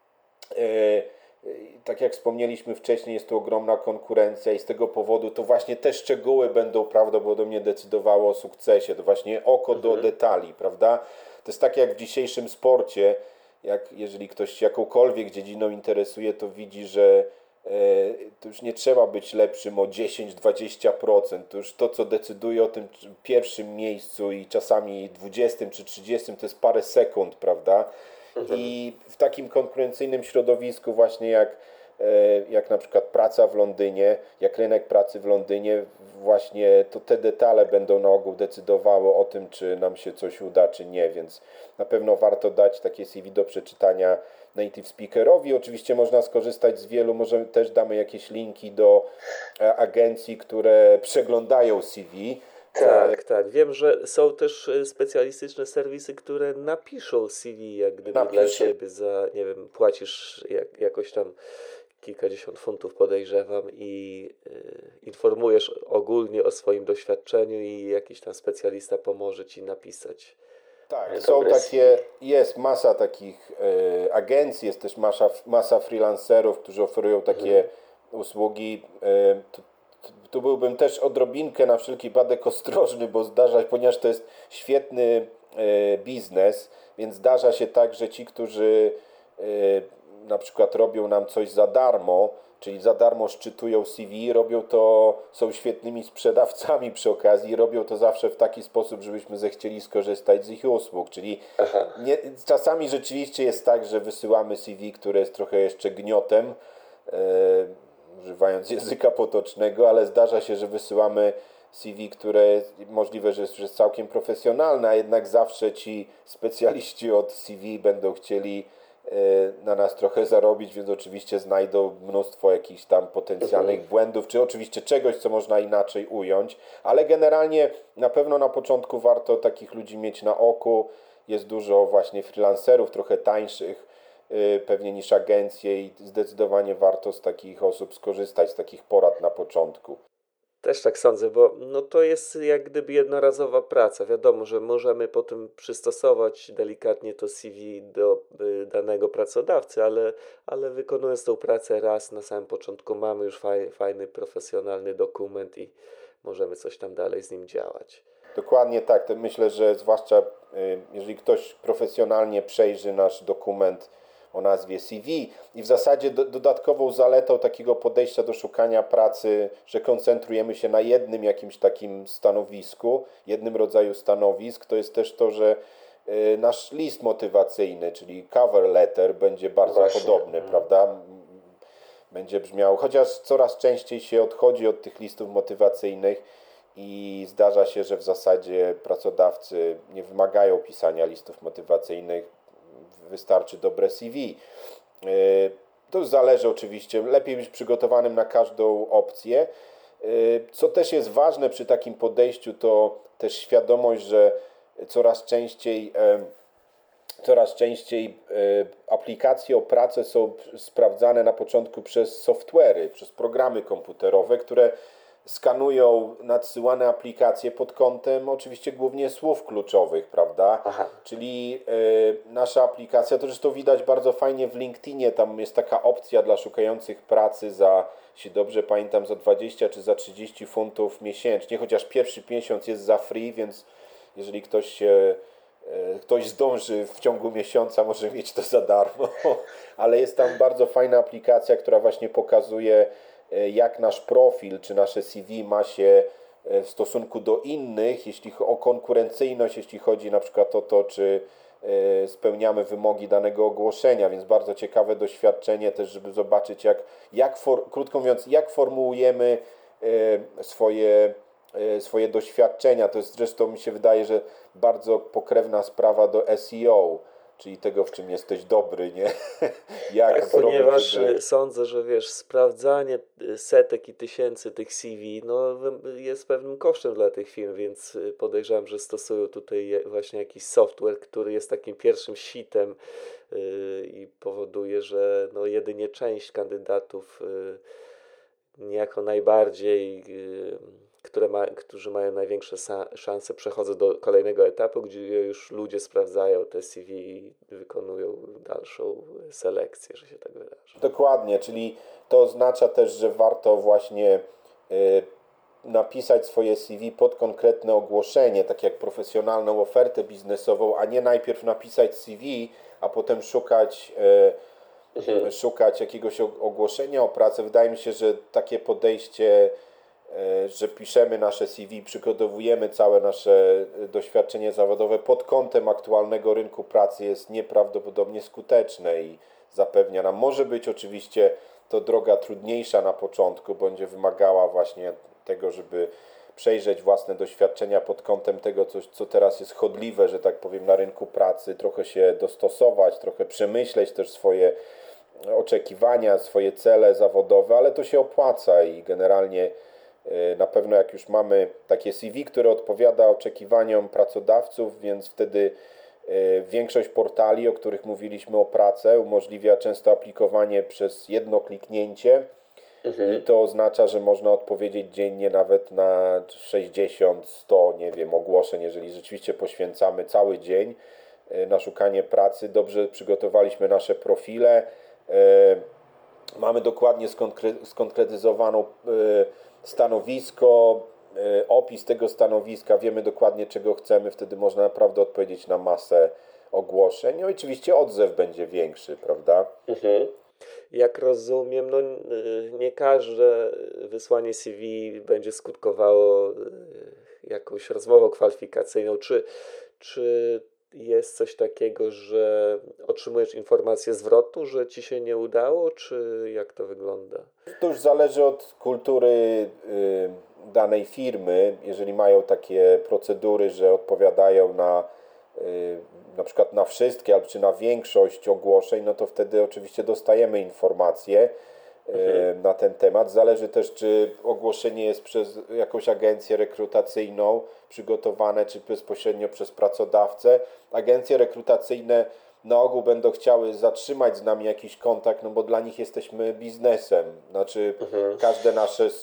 tak jak wspomnieliśmy wcześniej, jest tu ogromna konkurencja i z tego powodu to właśnie te szczegóły będą prawdopodobnie decydowały o sukcesie. To właśnie oko do detali, prawda? To jest tak jak w dzisiejszym sporcie, jeżeli ktoś się jakąkolwiek dziedziną interesuje, to widzi, że to już nie trzeba być lepszym o 10-20%. To już to, co decyduje o tym pierwszym miejscu i czasami 20 czy 30, to jest parę sekund, prawda? I w takim konkurencyjnym środowisku właśnie jak na przykład praca w Londynie, jak rynek pracy w Londynie, właśnie to te detale będą na ogół decydowały o tym, czy nam się coś uda, czy nie, więc na pewno warto dać takie CV do przeczytania native speakerowi. Oczywiście można skorzystać z wielu, może też damy jakieś linki do agencji, które przeglądają CV. Tak. Wiem, że są też specjalistyczne serwisy, które napiszą CV jak gdyby dla ciebie za, nie wiem, płacisz jakoś tam kilkadziesiąt funtów, podejrzewam, i informujesz ogólnie o swoim doświadczeniu i jakiś tam specjalista pomoże ci napisać. Tak, są takie, jest masa takich agencji, jest też masa freelancerów, którzy oferują takie usługi. Tu byłbym też odrobinkę na wszelki wypadek ostrożny, bo ponieważ to jest świetny biznes, więc zdarza się tak, że ci, którzy na przykład robią nam coś za darmo, czyli za darmo szczytują CV, są świetnymi sprzedawcami przy okazji, robią to zawsze w taki sposób, żebyśmy zechcieli skorzystać z ich usług, czyli czasami rzeczywiście jest tak, że wysyłamy CV, które jest trochę jeszcze gniotem, używając języka potocznego, ale zdarza się, że wysyłamy CV, które możliwe, że jest całkiem profesjonalne, a jednak zawsze ci specjaliści od CV będą chcieli na nas trochę zarobić, więc oczywiście znajdą mnóstwo jakichś tam potencjalnych błędów, czy oczywiście czegoś, co można inaczej ująć, ale generalnie na pewno na początku warto takich ludzi mieć na oku. Jest dużo właśnie freelancerów, trochę tańszych pewnie niż agencje i zdecydowanie warto z takich osób skorzystać, z takich porad na początku. Też tak sądzę, bo no to jest jak gdyby jednorazowa praca. Wiadomo, że możemy potem przystosować delikatnie to CV do danego pracodawcy, ale wykonując tą pracę raz na samym początku mamy już fajny, profesjonalny dokument i możemy coś tam dalej z nim działać. Dokładnie tak. To myślę, że zwłaszcza jeżeli ktoś profesjonalnie przejrzy nasz dokument o nazwie CV i w zasadzie dodatkową zaletą takiego podejścia do szukania pracy, że koncentrujemy się na jednym jakimś takim stanowisku, jednym rodzaju stanowisk, to jest też to, że nasz list motywacyjny, czyli cover letter będzie bardzo podobny, prawda? Będzie brzmiał, chociaż coraz częściej się odchodzi od tych listów motywacyjnych i zdarza się, że w zasadzie pracodawcy nie wymagają pisania listów motywacyjnych, wystarczy dobre CV. To zależy oczywiście, lepiej być przygotowanym na każdą opcję. Co też jest ważne przy takim podejściu, to też świadomość, że coraz częściej aplikacje o pracę są sprawdzane na początku przez software'y, przez programy komputerowe, które skanują nadsyłane aplikacje pod kątem oczywiście głównie słów kluczowych, prawda? Aha. Czyli nasza aplikacja, to zresztą widać bardzo fajnie w LinkedInie, tam jest taka opcja dla szukających pracy za, jeśli dobrze pamiętam, za 20 czy za 30 funtów miesięcznie, chociaż pierwszy miesiąc jest za free, więc jeżeli ktoś zdąży w ciągu miesiąca, może mieć to za darmo, ale jest tam bardzo fajna aplikacja, która właśnie pokazuje, jak nasz profil czy nasze CV ma się w stosunku do innych, jeśli o konkurencyjność, jeśli chodzi na przykład o to, czy spełniamy wymogi danego ogłoszenia, więc bardzo ciekawe doświadczenie też, żeby zobaczyć, krótko mówiąc, jak formułujemy swoje doświadczenia. To jest zresztą, mi się wydaje, że bardzo pokrewna sprawa do SEO, czyli tego, w czym jesteś dobry, nie? Tak, ponieważ sądzę, że wiesz, sprawdzanie setek i tysięcy tych CV jest pewnym kosztem dla tych firm, więc podejrzewam, że stosują tutaj właśnie jakiś software, który jest takim pierwszym sitem i powoduje, że jedynie część kandydatów niejako najbardziej którzy mają największe szanse, przechodzą do kolejnego etapu, gdzie już ludzie sprawdzają te CV i wykonują dalszą selekcję, że się tak wyrażę. Dokładnie, czyli to oznacza też, że warto właśnie napisać swoje CV pod konkretne ogłoszenie, tak jak profesjonalną ofertę biznesową, a nie najpierw napisać CV, a potem szukać jakiegoś ogłoszenia o pracę. Wydaje mi się, że takie podejście, że piszemy nasze CV, przygotowujemy całe nasze doświadczenie zawodowe pod kątem aktualnego rynku pracy, jest nieprawdopodobnie skuteczne i zapewnia nam, może być oczywiście to droga trudniejsza na początku, będzie wymagała właśnie tego, żeby przejrzeć własne doświadczenia pod kątem tego, co teraz jest chodliwe, że tak powiem, na rynku pracy, trochę się dostosować, trochę przemyśleć też swoje oczekiwania, swoje cele zawodowe, ale to się opłaca i generalnie na pewno jak już mamy takie CV, które odpowiada oczekiwaniom pracodawców, więc wtedy większość portali, o których mówiliśmy o pracę, umożliwia często aplikowanie przez jedno kliknięcie. I to oznacza, że można odpowiedzieć dziennie nawet na 60, 100, nie wiem, ogłoszeń, jeżeli rzeczywiście poświęcamy cały dzień na szukanie pracy. Dobrze przygotowaliśmy nasze profile, mamy dokładnie skonkretyzowaną stanowisko, opis tego stanowiska, wiemy dokładnie, czego chcemy, wtedy można naprawdę odpowiedzieć na masę ogłoszeń. No i oczywiście odzew będzie większy, prawda? Jak rozumiem, nie każde wysłanie CV będzie skutkowało jakąś rozmową kwalifikacyjną. Czy jest coś takiego, że otrzymujesz informację zwrotu, że ci się nie udało, czy jak to wygląda? To już zależy od kultury danej firmy. Jeżeli mają takie procedury, że odpowiadają na na przykład na wszystkie albo czy na większość ogłoszeń, no to wtedy oczywiście dostajemy informacje na ten temat. Zależy też, czy ogłoszenie jest przez jakąś agencję rekrutacyjną przygotowane, czy bezpośrednio przez pracodawcę. Agencje rekrutacyjne na ogół będą chciały zatrzymać z nami jakiś kontakt, no bo dla nich jesteśmy biznesem. Znaczy każde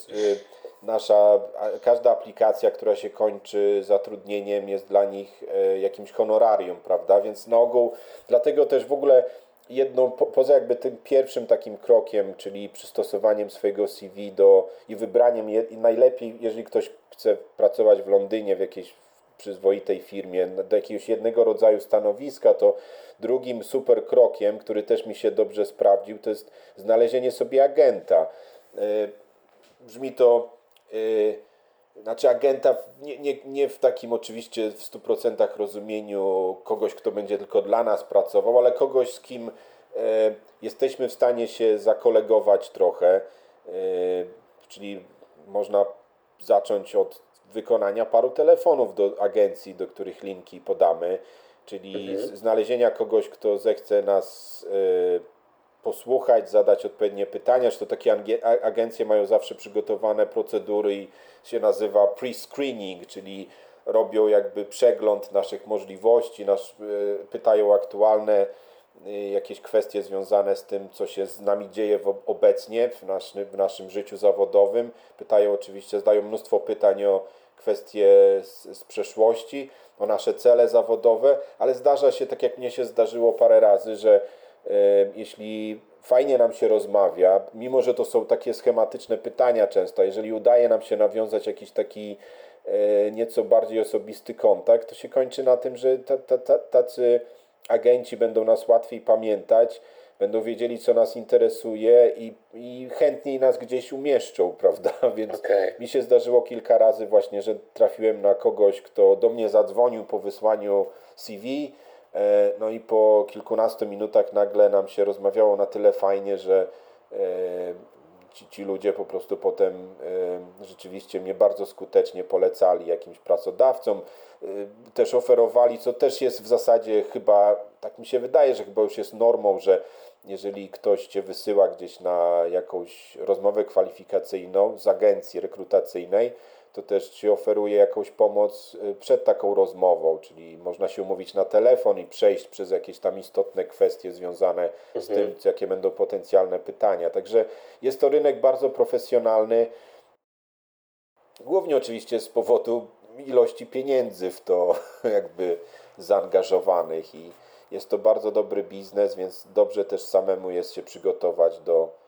każda aplikacja, która się kończy zatrudnieniem, jest dla nich jakimś honorarium, prawda? Więc na ogół, dlatego też w ogóle poza jakby tym pierwszym takim krokiem, czyli przystosowaniem swojego CV i wybraniem najlepiej, jeżeli ktoś chce pracować w Londynie w jakiejś przyzwoitej firmie, do jakiegoś jednego rodzaju stanowiska, to drugim super krokiem, który też mi się dobrze sprawdził, to jest znalezienie sobie agenta. Brzmi to, znaczy agenta nie w takim oczywiście w 100% rozumieniu kogoś, kto będzie tylko dla nas pracował, ale kogoś, z kim jesteśmy w stanie się zakolegować trochę, czyli można zacząć od wykonania paru telefonów do agencji, do których linki podamy, czyli znalezienia kogoś, kto zechce nas posłuchać, zadać odpowiednie pytania, że to takie agencje mają zawsze przygotowane procedury i się nazywa pre-screening, czyli robią jakby przegląd naszych możliwości, pytają aktualne jakieś kwestie związane z tym, co się z nami dzieje obecnie w naszym życiu zawodowym. Pytają oczywiście, zadają mnóstwo pytań o kwestie z przeszłości, o nasze cele zawodowe, ale zdarza się, tak jak mnie się zdarzyło parę razy, że jeśli fajnie nam się rozmawia, mimo że to są takie schematyczne pytania często, jeżeli udaje nam się nawiązać jakiś taki nieco bardziej osobisty kontakt, to się kończy na tym, że tacy agenci będą nas łatwiej pamiętać, będą wiedzieli, co nas interesuje i chętniej nas gdzieś umieszczą, prawda? Więc mi się zdarzyło kilka razy właśnie, że trafiłem na kogoś, kto do mnie zadzwonił po wysłaniu CV, no i po kilkunastu minutach nagle nam się rozmawiało na tyle fajnie, że ci ludzie po prostu potem rzeczywiście mnie bardzo skutecznie polecali jakimś pracodawcom, też oferowali, co też jest w zasadzie chyba, tak mi się wydaje, że chyba już jest normą, że jeżeli ktoś Cię wysyła gdzieś na jakąś rozmowę kwalifikacyjną z agencji rekrutacyjnej, to też Ci oferuje jakąś pomoc przed taką rozmową, czyli można się umówić na telefon i przejść przez jakieś tam istotne kwestie związane z tym, jakie będą potencjalne pytania. Także jest to rynek bardzo profesjonalny, głównie oczywiście z powodu ilości pieniędzy w to jakby zaangażowanych i jest to bardzo dobry biznes, więc dobrze też samemu jest się przygotować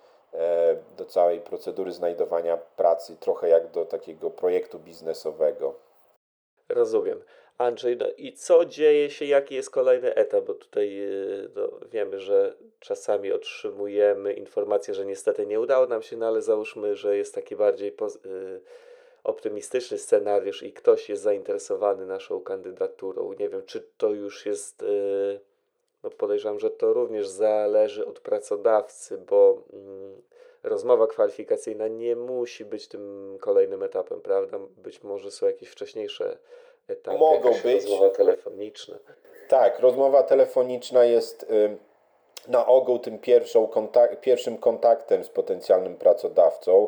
do całej procedury znajdowania pracy, trochę jak do takiego projektu biznesowego. Rozumiem. Andrzej, no i co dzieje się, jaki jest kolejny etap? Bo tutaj no, wiemy, że czasami otrzymujemy informację, że niestety nie udało nam się, no ale załóżmy, że jest taki bardziej optymistyczny scenariusz i ktoś jest zainteresowany naszą kandydaturą. Nie wiem, czy to już jest, no podejrzewam, że to również zależy od pracodawcy, bo rozmowa kwalifikacyjna nie musi być tym kolejnym etapem, prawda? Być może są jakieś wcześniejsze etapy, Mogą być. rozmowa telefoniczna. Tak, rozmowa telefoniczna jest na ogół tym pierwszym kontaktem z potencjalnym pracodawcą.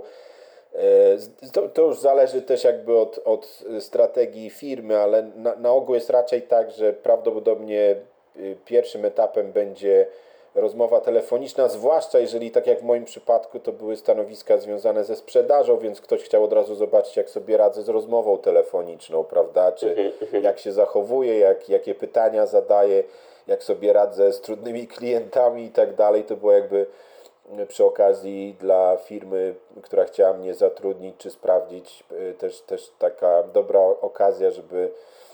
To już zależy też jakby od strategii firmy, ale na ogół jest raczej tak, że prawdopodobnie pierwszym etapem będzie rozmowa telefoniczna, zwłaszcza jeżeli, tak jak w moim przypadku, to były stanowiska związane ze sprzedażą, więc ktoś chciał od razu zobaczyć, jak sobie radzę z rozmową telefoniczną, prawda, czy jak się zachowuję, jakie pytania zadaję, jak sobie radzę z trudnymi klientami i tak dalej. To było jakby przy okazji dla firmy, która chciała mnie zatrudnić, czy sprawdzić, też taka dobra okazja, żeby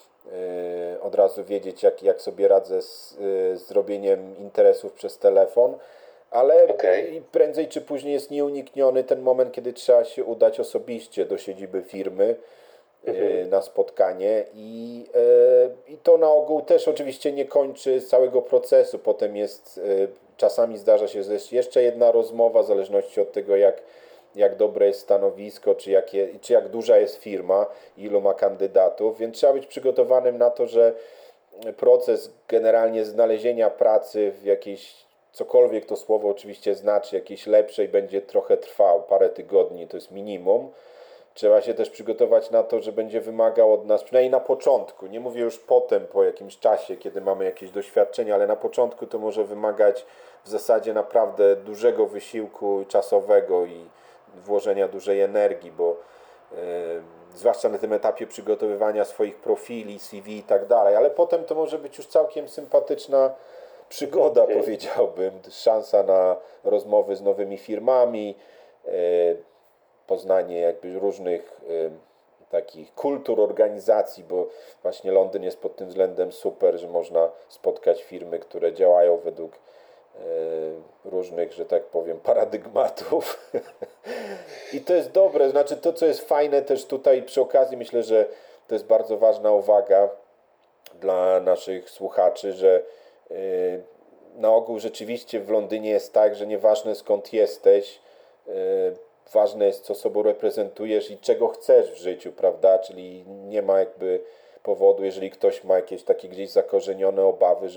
od razu wiedzieć, jak sobie radzę z robieniem interesów przez telefon, ale prędzej czy później jest nieunikniony ten moment, kiedy trzeba się udać osobiście do siedziby firmy na spotkanie i to na ogół też oczywiście nie kończy całego procesu. Potem jest, czasami zdarza się, że jest jeszcze jedna rozmowa, w zależności od tego, jak dobre jest stanowisko, czy jak duża jest firma, ilu ma kandydatów, więc trzeba być przygotowanym na to, że proces generalnie znalezienia pracy w jakiejś, cokolwiek to słowo oczywiście znaczy, jakiejś lepszej, będzie trochę trwał, parę tygodni to jest minimum. Trzeba się też przygotować na to, że będzie wymagał od nas, przynajmniej na początku, nie mówię już potem, po jakimś czasie, kiedy mamy jakieś doświadczenie, ale na początku to może wymagać w zasadzie naprawdę dużego wysiłku czasowego i włożenia dużej energii, bo zwłaszcza na tym etapie przygotowywania swoich profili, CV i tak dalej, ale potem to może być już całkiem sympatyczna przygoda, powiedziałbym, szansa na rozmowy z nowymi firmami, poznanie jakby różnych takich kultur organizacji, bo właśnie Londyn jest pod tym względem super, że można spotkać firmy, które działają według różnych, że tak powiem, paradygmatów. I to jest dobre, znaczy to, co jest fajne też tutaj przy okazji, myślę, że to jest bardzo ważna uwaga dla naszych słuchaczy, że na ogół rzeczywiście w Londynie jest tak, że nieważne skąd jesteś, ważne jest, co sobą reprezentujesz i czego chcesz w życiu, prawda? Czyli nie ma jakby powodu, jeżeli ktoś ma jakieś takie gdzieś zakorzenione obawy,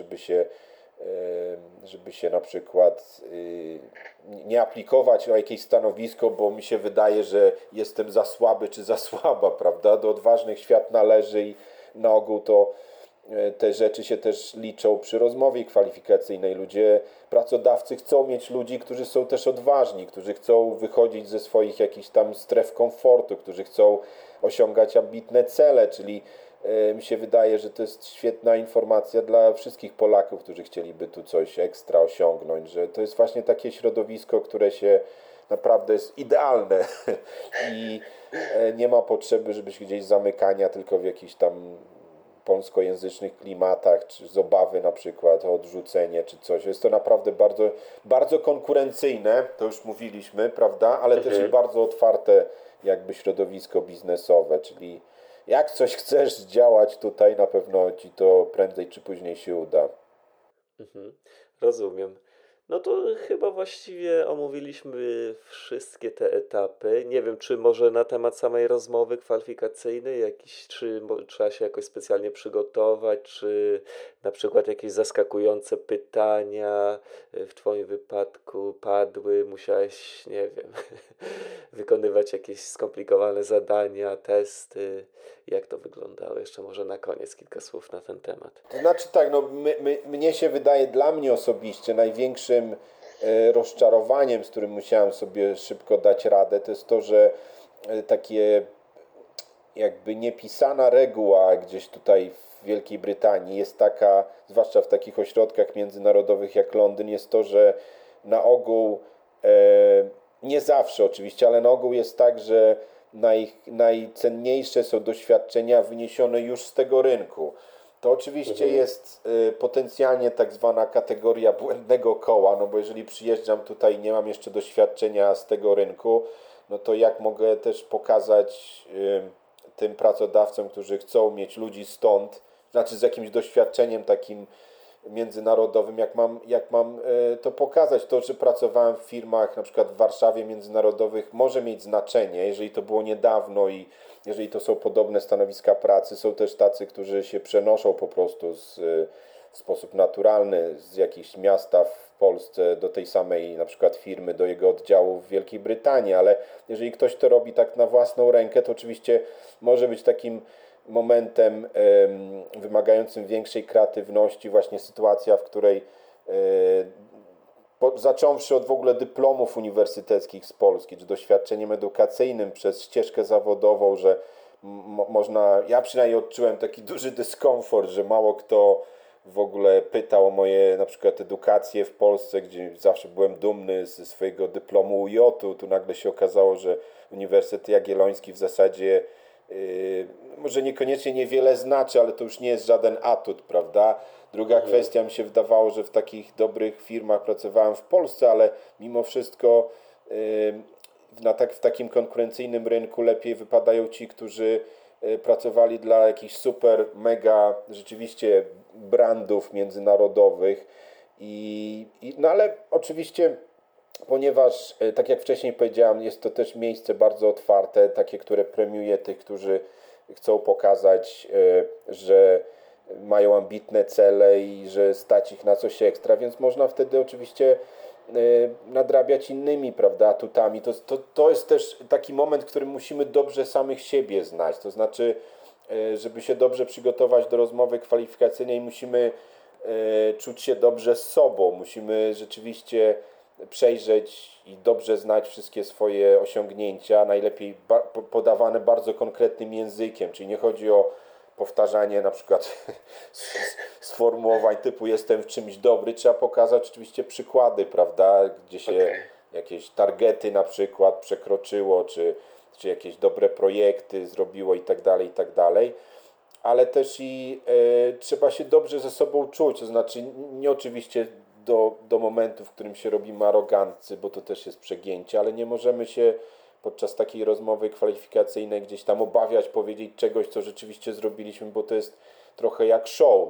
żeby się na przykład nie aplikować o jakieś stanowisko, bo mi się wydaje, że jestem za słaby czy za słaba, prawda? Do odważnych świat należy i na ogół to te rzeczy się też liczą przy rozmowie kwalifikacyjnej. Pracodawcy chcą mieć ludzi, którzy są też odważni, którzy chcą wychodzić ze swoich jakichś tam stref komfortu, którzy chcą osiągać ambitne cele, czyli mi się wydaje, że to jest świetna informacja dla wszystkich Polaków, którzy chcieliby tu coś ekstra osiągnąć, że to jest właśnie takie środowisko, które się naprawdę jest idealne i nie ma potrzeby, żeby się gdzieś zamykania tylko w jakichś tam polskojęzycznych klimatach, czy z obawy na przykład o odrzucenie, czy coś. Jest to naprawdę bardzo, bardzo konkurencyjne, to już mówiliśmy, prawda, ale też i bardzo otwarte jakby środowisko biznesowe, czyli jak coś chcesz działać tutaj, na pewno ci to prędzej czy później się uda. Rozumiem. No to chyba właściwie omówiliśmy wszystkie te etapy. Nie wiem, czy może na temat samej rozmowy kwalifikacyjnej, czy trzeba się jakoś specjalnie przygotować, czy na przykład jakieś zaskakujące pytania w Twoim wypadku padły, musiałeś, nie wiem, wykonywać jakieś skomplikowane zadania, testy. Jak to wyglądało? Jeszcze może na koniec kilka słów na ten temat. To znaczy tak, no mnie się wydaje, dla mnie osobiście największym rozczarowaniem, z którym musiałem sobie szybko dać radę, to jest to, że takie jakby niepisana reguła gdzieś tutaj w Wielkiej Brytanii jest taka, zwłaszcza w takich ośrodkach międzynarodowych jak Londyn, jest to, że na ogół, nie zawsze oczywiście, ale na ogół jest tak, że najcenniejsze są doświadczenia wyniesione już z tego rynku. To oczywiście jest potencjalnie tak zwana kategoria błędnego koła, no bo jeżeli przyjeżdżam tutaj i nie mam jeszcze doświadczenia z tego rynku, no to jak mogę też pokazać tym pracodawcom, którzy chcą mieć ludzi stąd, znaczy z jakimś doświadczeniem takim międzynarodowym, jak mam to pokazać. To, że pracowałem w firmach na przykład w Warszawie międzynarodowych, może mieć znaczenie, jeżeli to było niedawno i jeżeli to są podobne stanowiska pracy. Są też tacy, którzy się przenoszą po prostu w sposób naturalny z jakiegoś miasta w Polsce do tej samej na przykład firmy, do jego oddziału w Wielkiej Brytanii, ale jeżeli ktoś to robi tak na własną rękę, to oczywiście może być takim momentem wymagającym większej kreatywności właśnie sytuacja, w której zacząwszy od w ogóle dyplomów uniwersyteckich z Polski, czy doświadczeniem edukacyjnym przez ścieżkę zawodową, że można, ja przynajmniej odczułem taki duży dyskomfort, że mało kto w ogóle pytał o moje na przykład edukację w Polsce, gdzie zawsze byłem dumny ze swojego dyplomu UJ-u. Tu nagle się okazało, że Uniwersytet Jagielloński w zasadzie może niekoniecznie niewiele znaczy, ale to już nie jest żaden atut, prawda? Druga kwestia, mi się wydawało, że w takich dobrych firmach pracowałem w Polsce, ale mimo wszystko w takim konkurencyjnym rynku lepiej wypadają ci, którzy pracowali dla jakichś super, mega rzeczywiście brandów międzynarodowych no ale oczywiście, ponieważ tak jak wcześniej powiedziałem, jest to też miejsce bardzo otwarte, takie, które premiuje tych, którzy chcą pokazać, że mają ambitne cele i że stać ich na coś ekstra, więc można wtedy oczywiście nadrabiać innymi, prawda, atutami. To jest też taki moment, w którym musimy dobrze samych siebie znać, to znaczy, żeby się dobrze przygotować do rozmowy kwalifikacyjnej, musimy czuć się dobrze z sobą, musimy rzeczywiście przejrzeć i dobrze znać wszystkie swoje osiągnięcia, najlepiej podawane bardzo konkretnym językiem, czyli nie chodzi o powtarzanie na przykład sformułowań typu jestem w czymś dobry, trzeba pokazać oczywiście przykłady, prawda, gdzie się jakieś targety na przykład przekroczyło, czy jakieś dobre projekty zrobiło i tak dalej, ale też i trzeba się dobrze ze sobą czuć, to znaczy nie oczywiście do momentu, w którym się robimy aroganccy, bo to też jest przegięcie, ale nie możemy się podczas takiej rozmowy kwalifikacyjnej gdzieś tam obawiać powiedzieć czegoś, co rzeczywiście zrobiliśmy, bo to jest trochę jak show.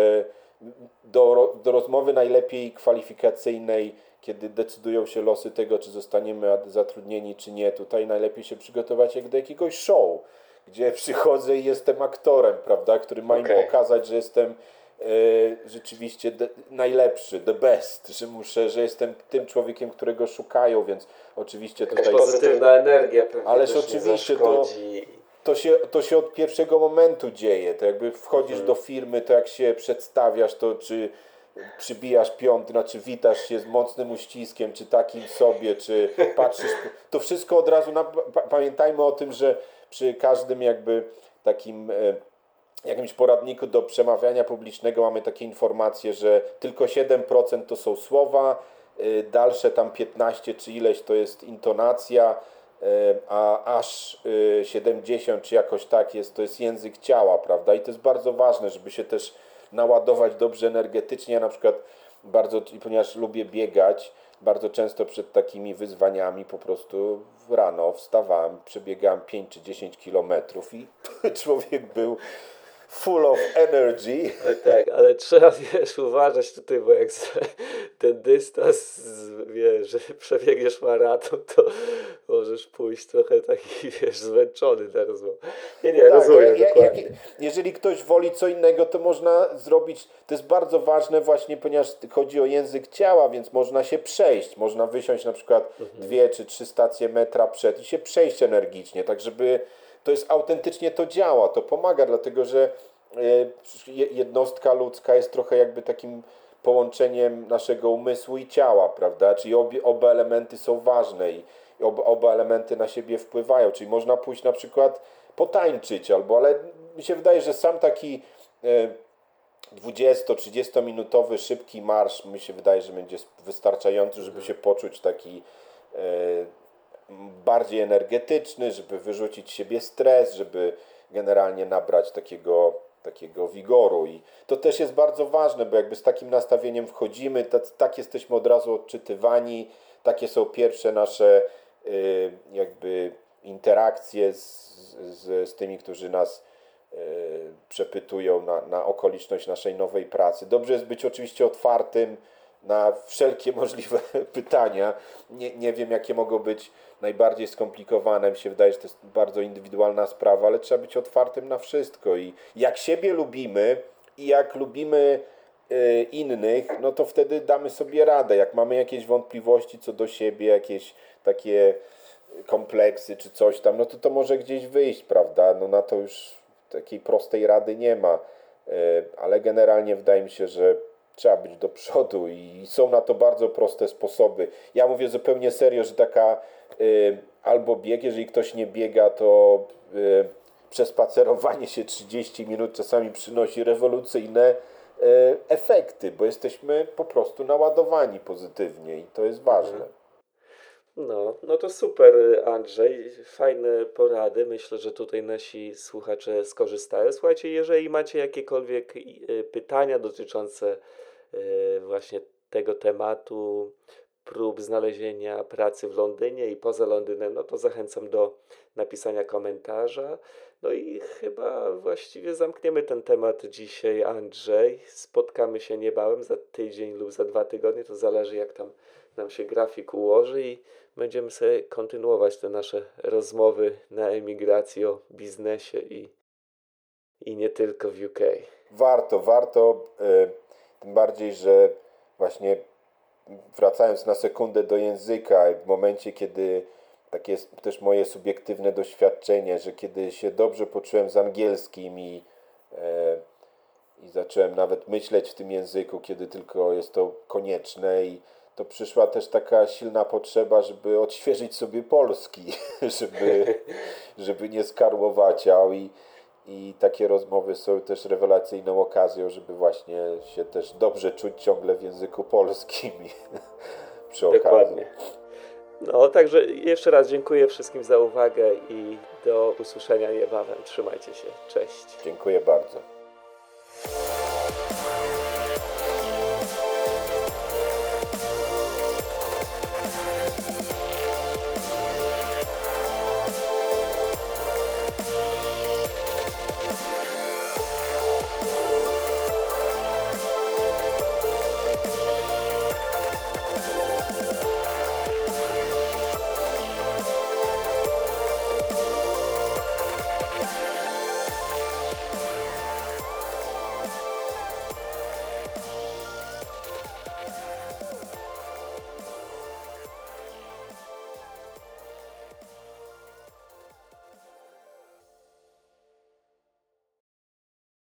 Do rozmowy najlepiej kwalifikacyjnej, kiedy decydują się losy tego, czy zostaniemy zatrudnieni, czy nie, tutaj najlepiej się przygotować jak do jakiegoś show, gdzie przychodzę i jestem aktorem, prawda, który ma im pokazać, że jestem rzeczywiście najlepszy, the best, że jestem tym człowiekiem, którego szukają, więc oczywiście tutaj... Pozytywna energia pewnie. Ależ oczywiście to się od pierwszego momentu dzieje, to jakby wchodzisz do firmy, to jak się przedstawiasz, to czy przybijasz piąty, znaczy witasz się z mocnym uściskiem, czy takim sobie, czy patrzysz, to wszystko od razu, pamiętajmy o tym, że przy każdym jakby takim jakimś poradniku do przemawiania publicznego mamy takie informacje, że tylko 7% to są słowa, dalsze tam 15 czy ileś to jest intonacja, a aż 70 czy jakoś tak jest, to jest język ciała, prawda? I to jest bardzo ważne, żeby się też naładować dobrze energetycznie. Ja na przykład ponieważ lubię biegać, bardzo często przed takimi wyzwaniami po prostu rano wstawałem, przebiegałem 5 czy 10 kilometrów i człowiek był full of energy. Tak, ale trzeba, uważać tutaj, bo jak ten dystans, że przebiegniesz maraton, to możesz pójść trochę taki, zmęczony na rozmowę. Nie, rozumiem dokładnie. Jeżeli ktoś woli co innego, to można zrobić, to jest bardzo ważne właśnie, ponieważ chodzi o język ciała, więc można się przejść, można wysiąść na przykład 2 czy 3 stacje metra przed i się przejść energicznie, tak żeby to jest autentycznie to działa, to pomaga, dlatego że jednostka ludzka jest trochę jakby takim połączeniem naszego umysłu i ciała, prawda? Czyli oba elementy są ważne i oba elementy na siebie wpływają, czyli można pójść na przykład potańczyć ale mi się wydaje, że sam taki 20-30 minutowy szybki marsz mi się wydaje, że będzie wystarczający, żeby się poczuć taki bardziej energetyczny, żeby wyrzucić z siebie stres, żeby generalnie nabrać takiego wigoru i to też jest bardzo ważne, bo jakby z takim nastawieniem wchodzimy, tak jesteśmy od razu odczytywani, takie są pierwsze nasze jakby interakcje z tymi, którzy nas przepytują na okoliczność naszej nowej pracy. Dobrze jest być oczywiście otwartym na wszelkie możliwe pytania. Nie wiem, jakie mogą być najbardziej skomplikowane. Mi się wydaje, że to jest bardzo indywidualna sprawa, ale trzeba być otwartym na wszystko. I jak siebie lubimy i jak lubimy innych, no to wtedy damy sobie radę. Jak mamy jakieś wątpliwości co do siebie, jakieś takie kompleksy czy coś tam, no to może gdzieś wyjść, prawda? No na to już takiej prostej rady nie ma. Ale generalnie wydaje mi się, że trzeba być do przodu i są na to bardzo proste sposoby. Ja mówię zupełnie serio, że taka albo bieg, jeżeli ktoś nie biega, to przespacerowanie się 30 minut czasami przynosi rewolucyjne efekty, bo jesteśmy po prostu naładowani pozytywnie i to jest ważne. No to super, Andrzej. Fajne porady. Myślę, że tutaj nasi słuchacze skorzystają. Słuchajcie, jeżeli macie jakiekolwiek pytania dotyczące właśnie tego tematu, prób znalezienia pracy w Londynie i poza Londynem, no to zachęcam do napisania komentarza. No i chyba właściwie zamkniemy ten temat dzisiaj, Andrzej. Spotkamy się niebawem za tydzień lub za 2 tygodnie, to zależy jak tam nam się grafik ułoży i będziemy sobie kontynuować te nasze rozmowy na emigracji o biznesie i i nie tylko w UK. Warto, tym bardziej, że właśnie wracając na sekundę do języka, w momencie, kiedy takie jest też moje subiektywne doświadczenie, że kiedy się dobrze poczułem z angielskim i zacząłem nawet myśleć w tym języku, kiedy tylko jest to konieczne, i to przyszła też taka silna potrzeba, żeby odświeżyć sobie polski, żeby nie skarłowaciał, i takie rozmowy są też rewelacyjną okazją, żeby właśnie się też dobrze czuć ciągle w języku polskim przy okazji. Dokładnie. No, także jeszcze raz dziękuję wszystkim za uwagę i do usłyszenia niebawem. Trzymajcie się. Cześć. Dziękuję bardzo.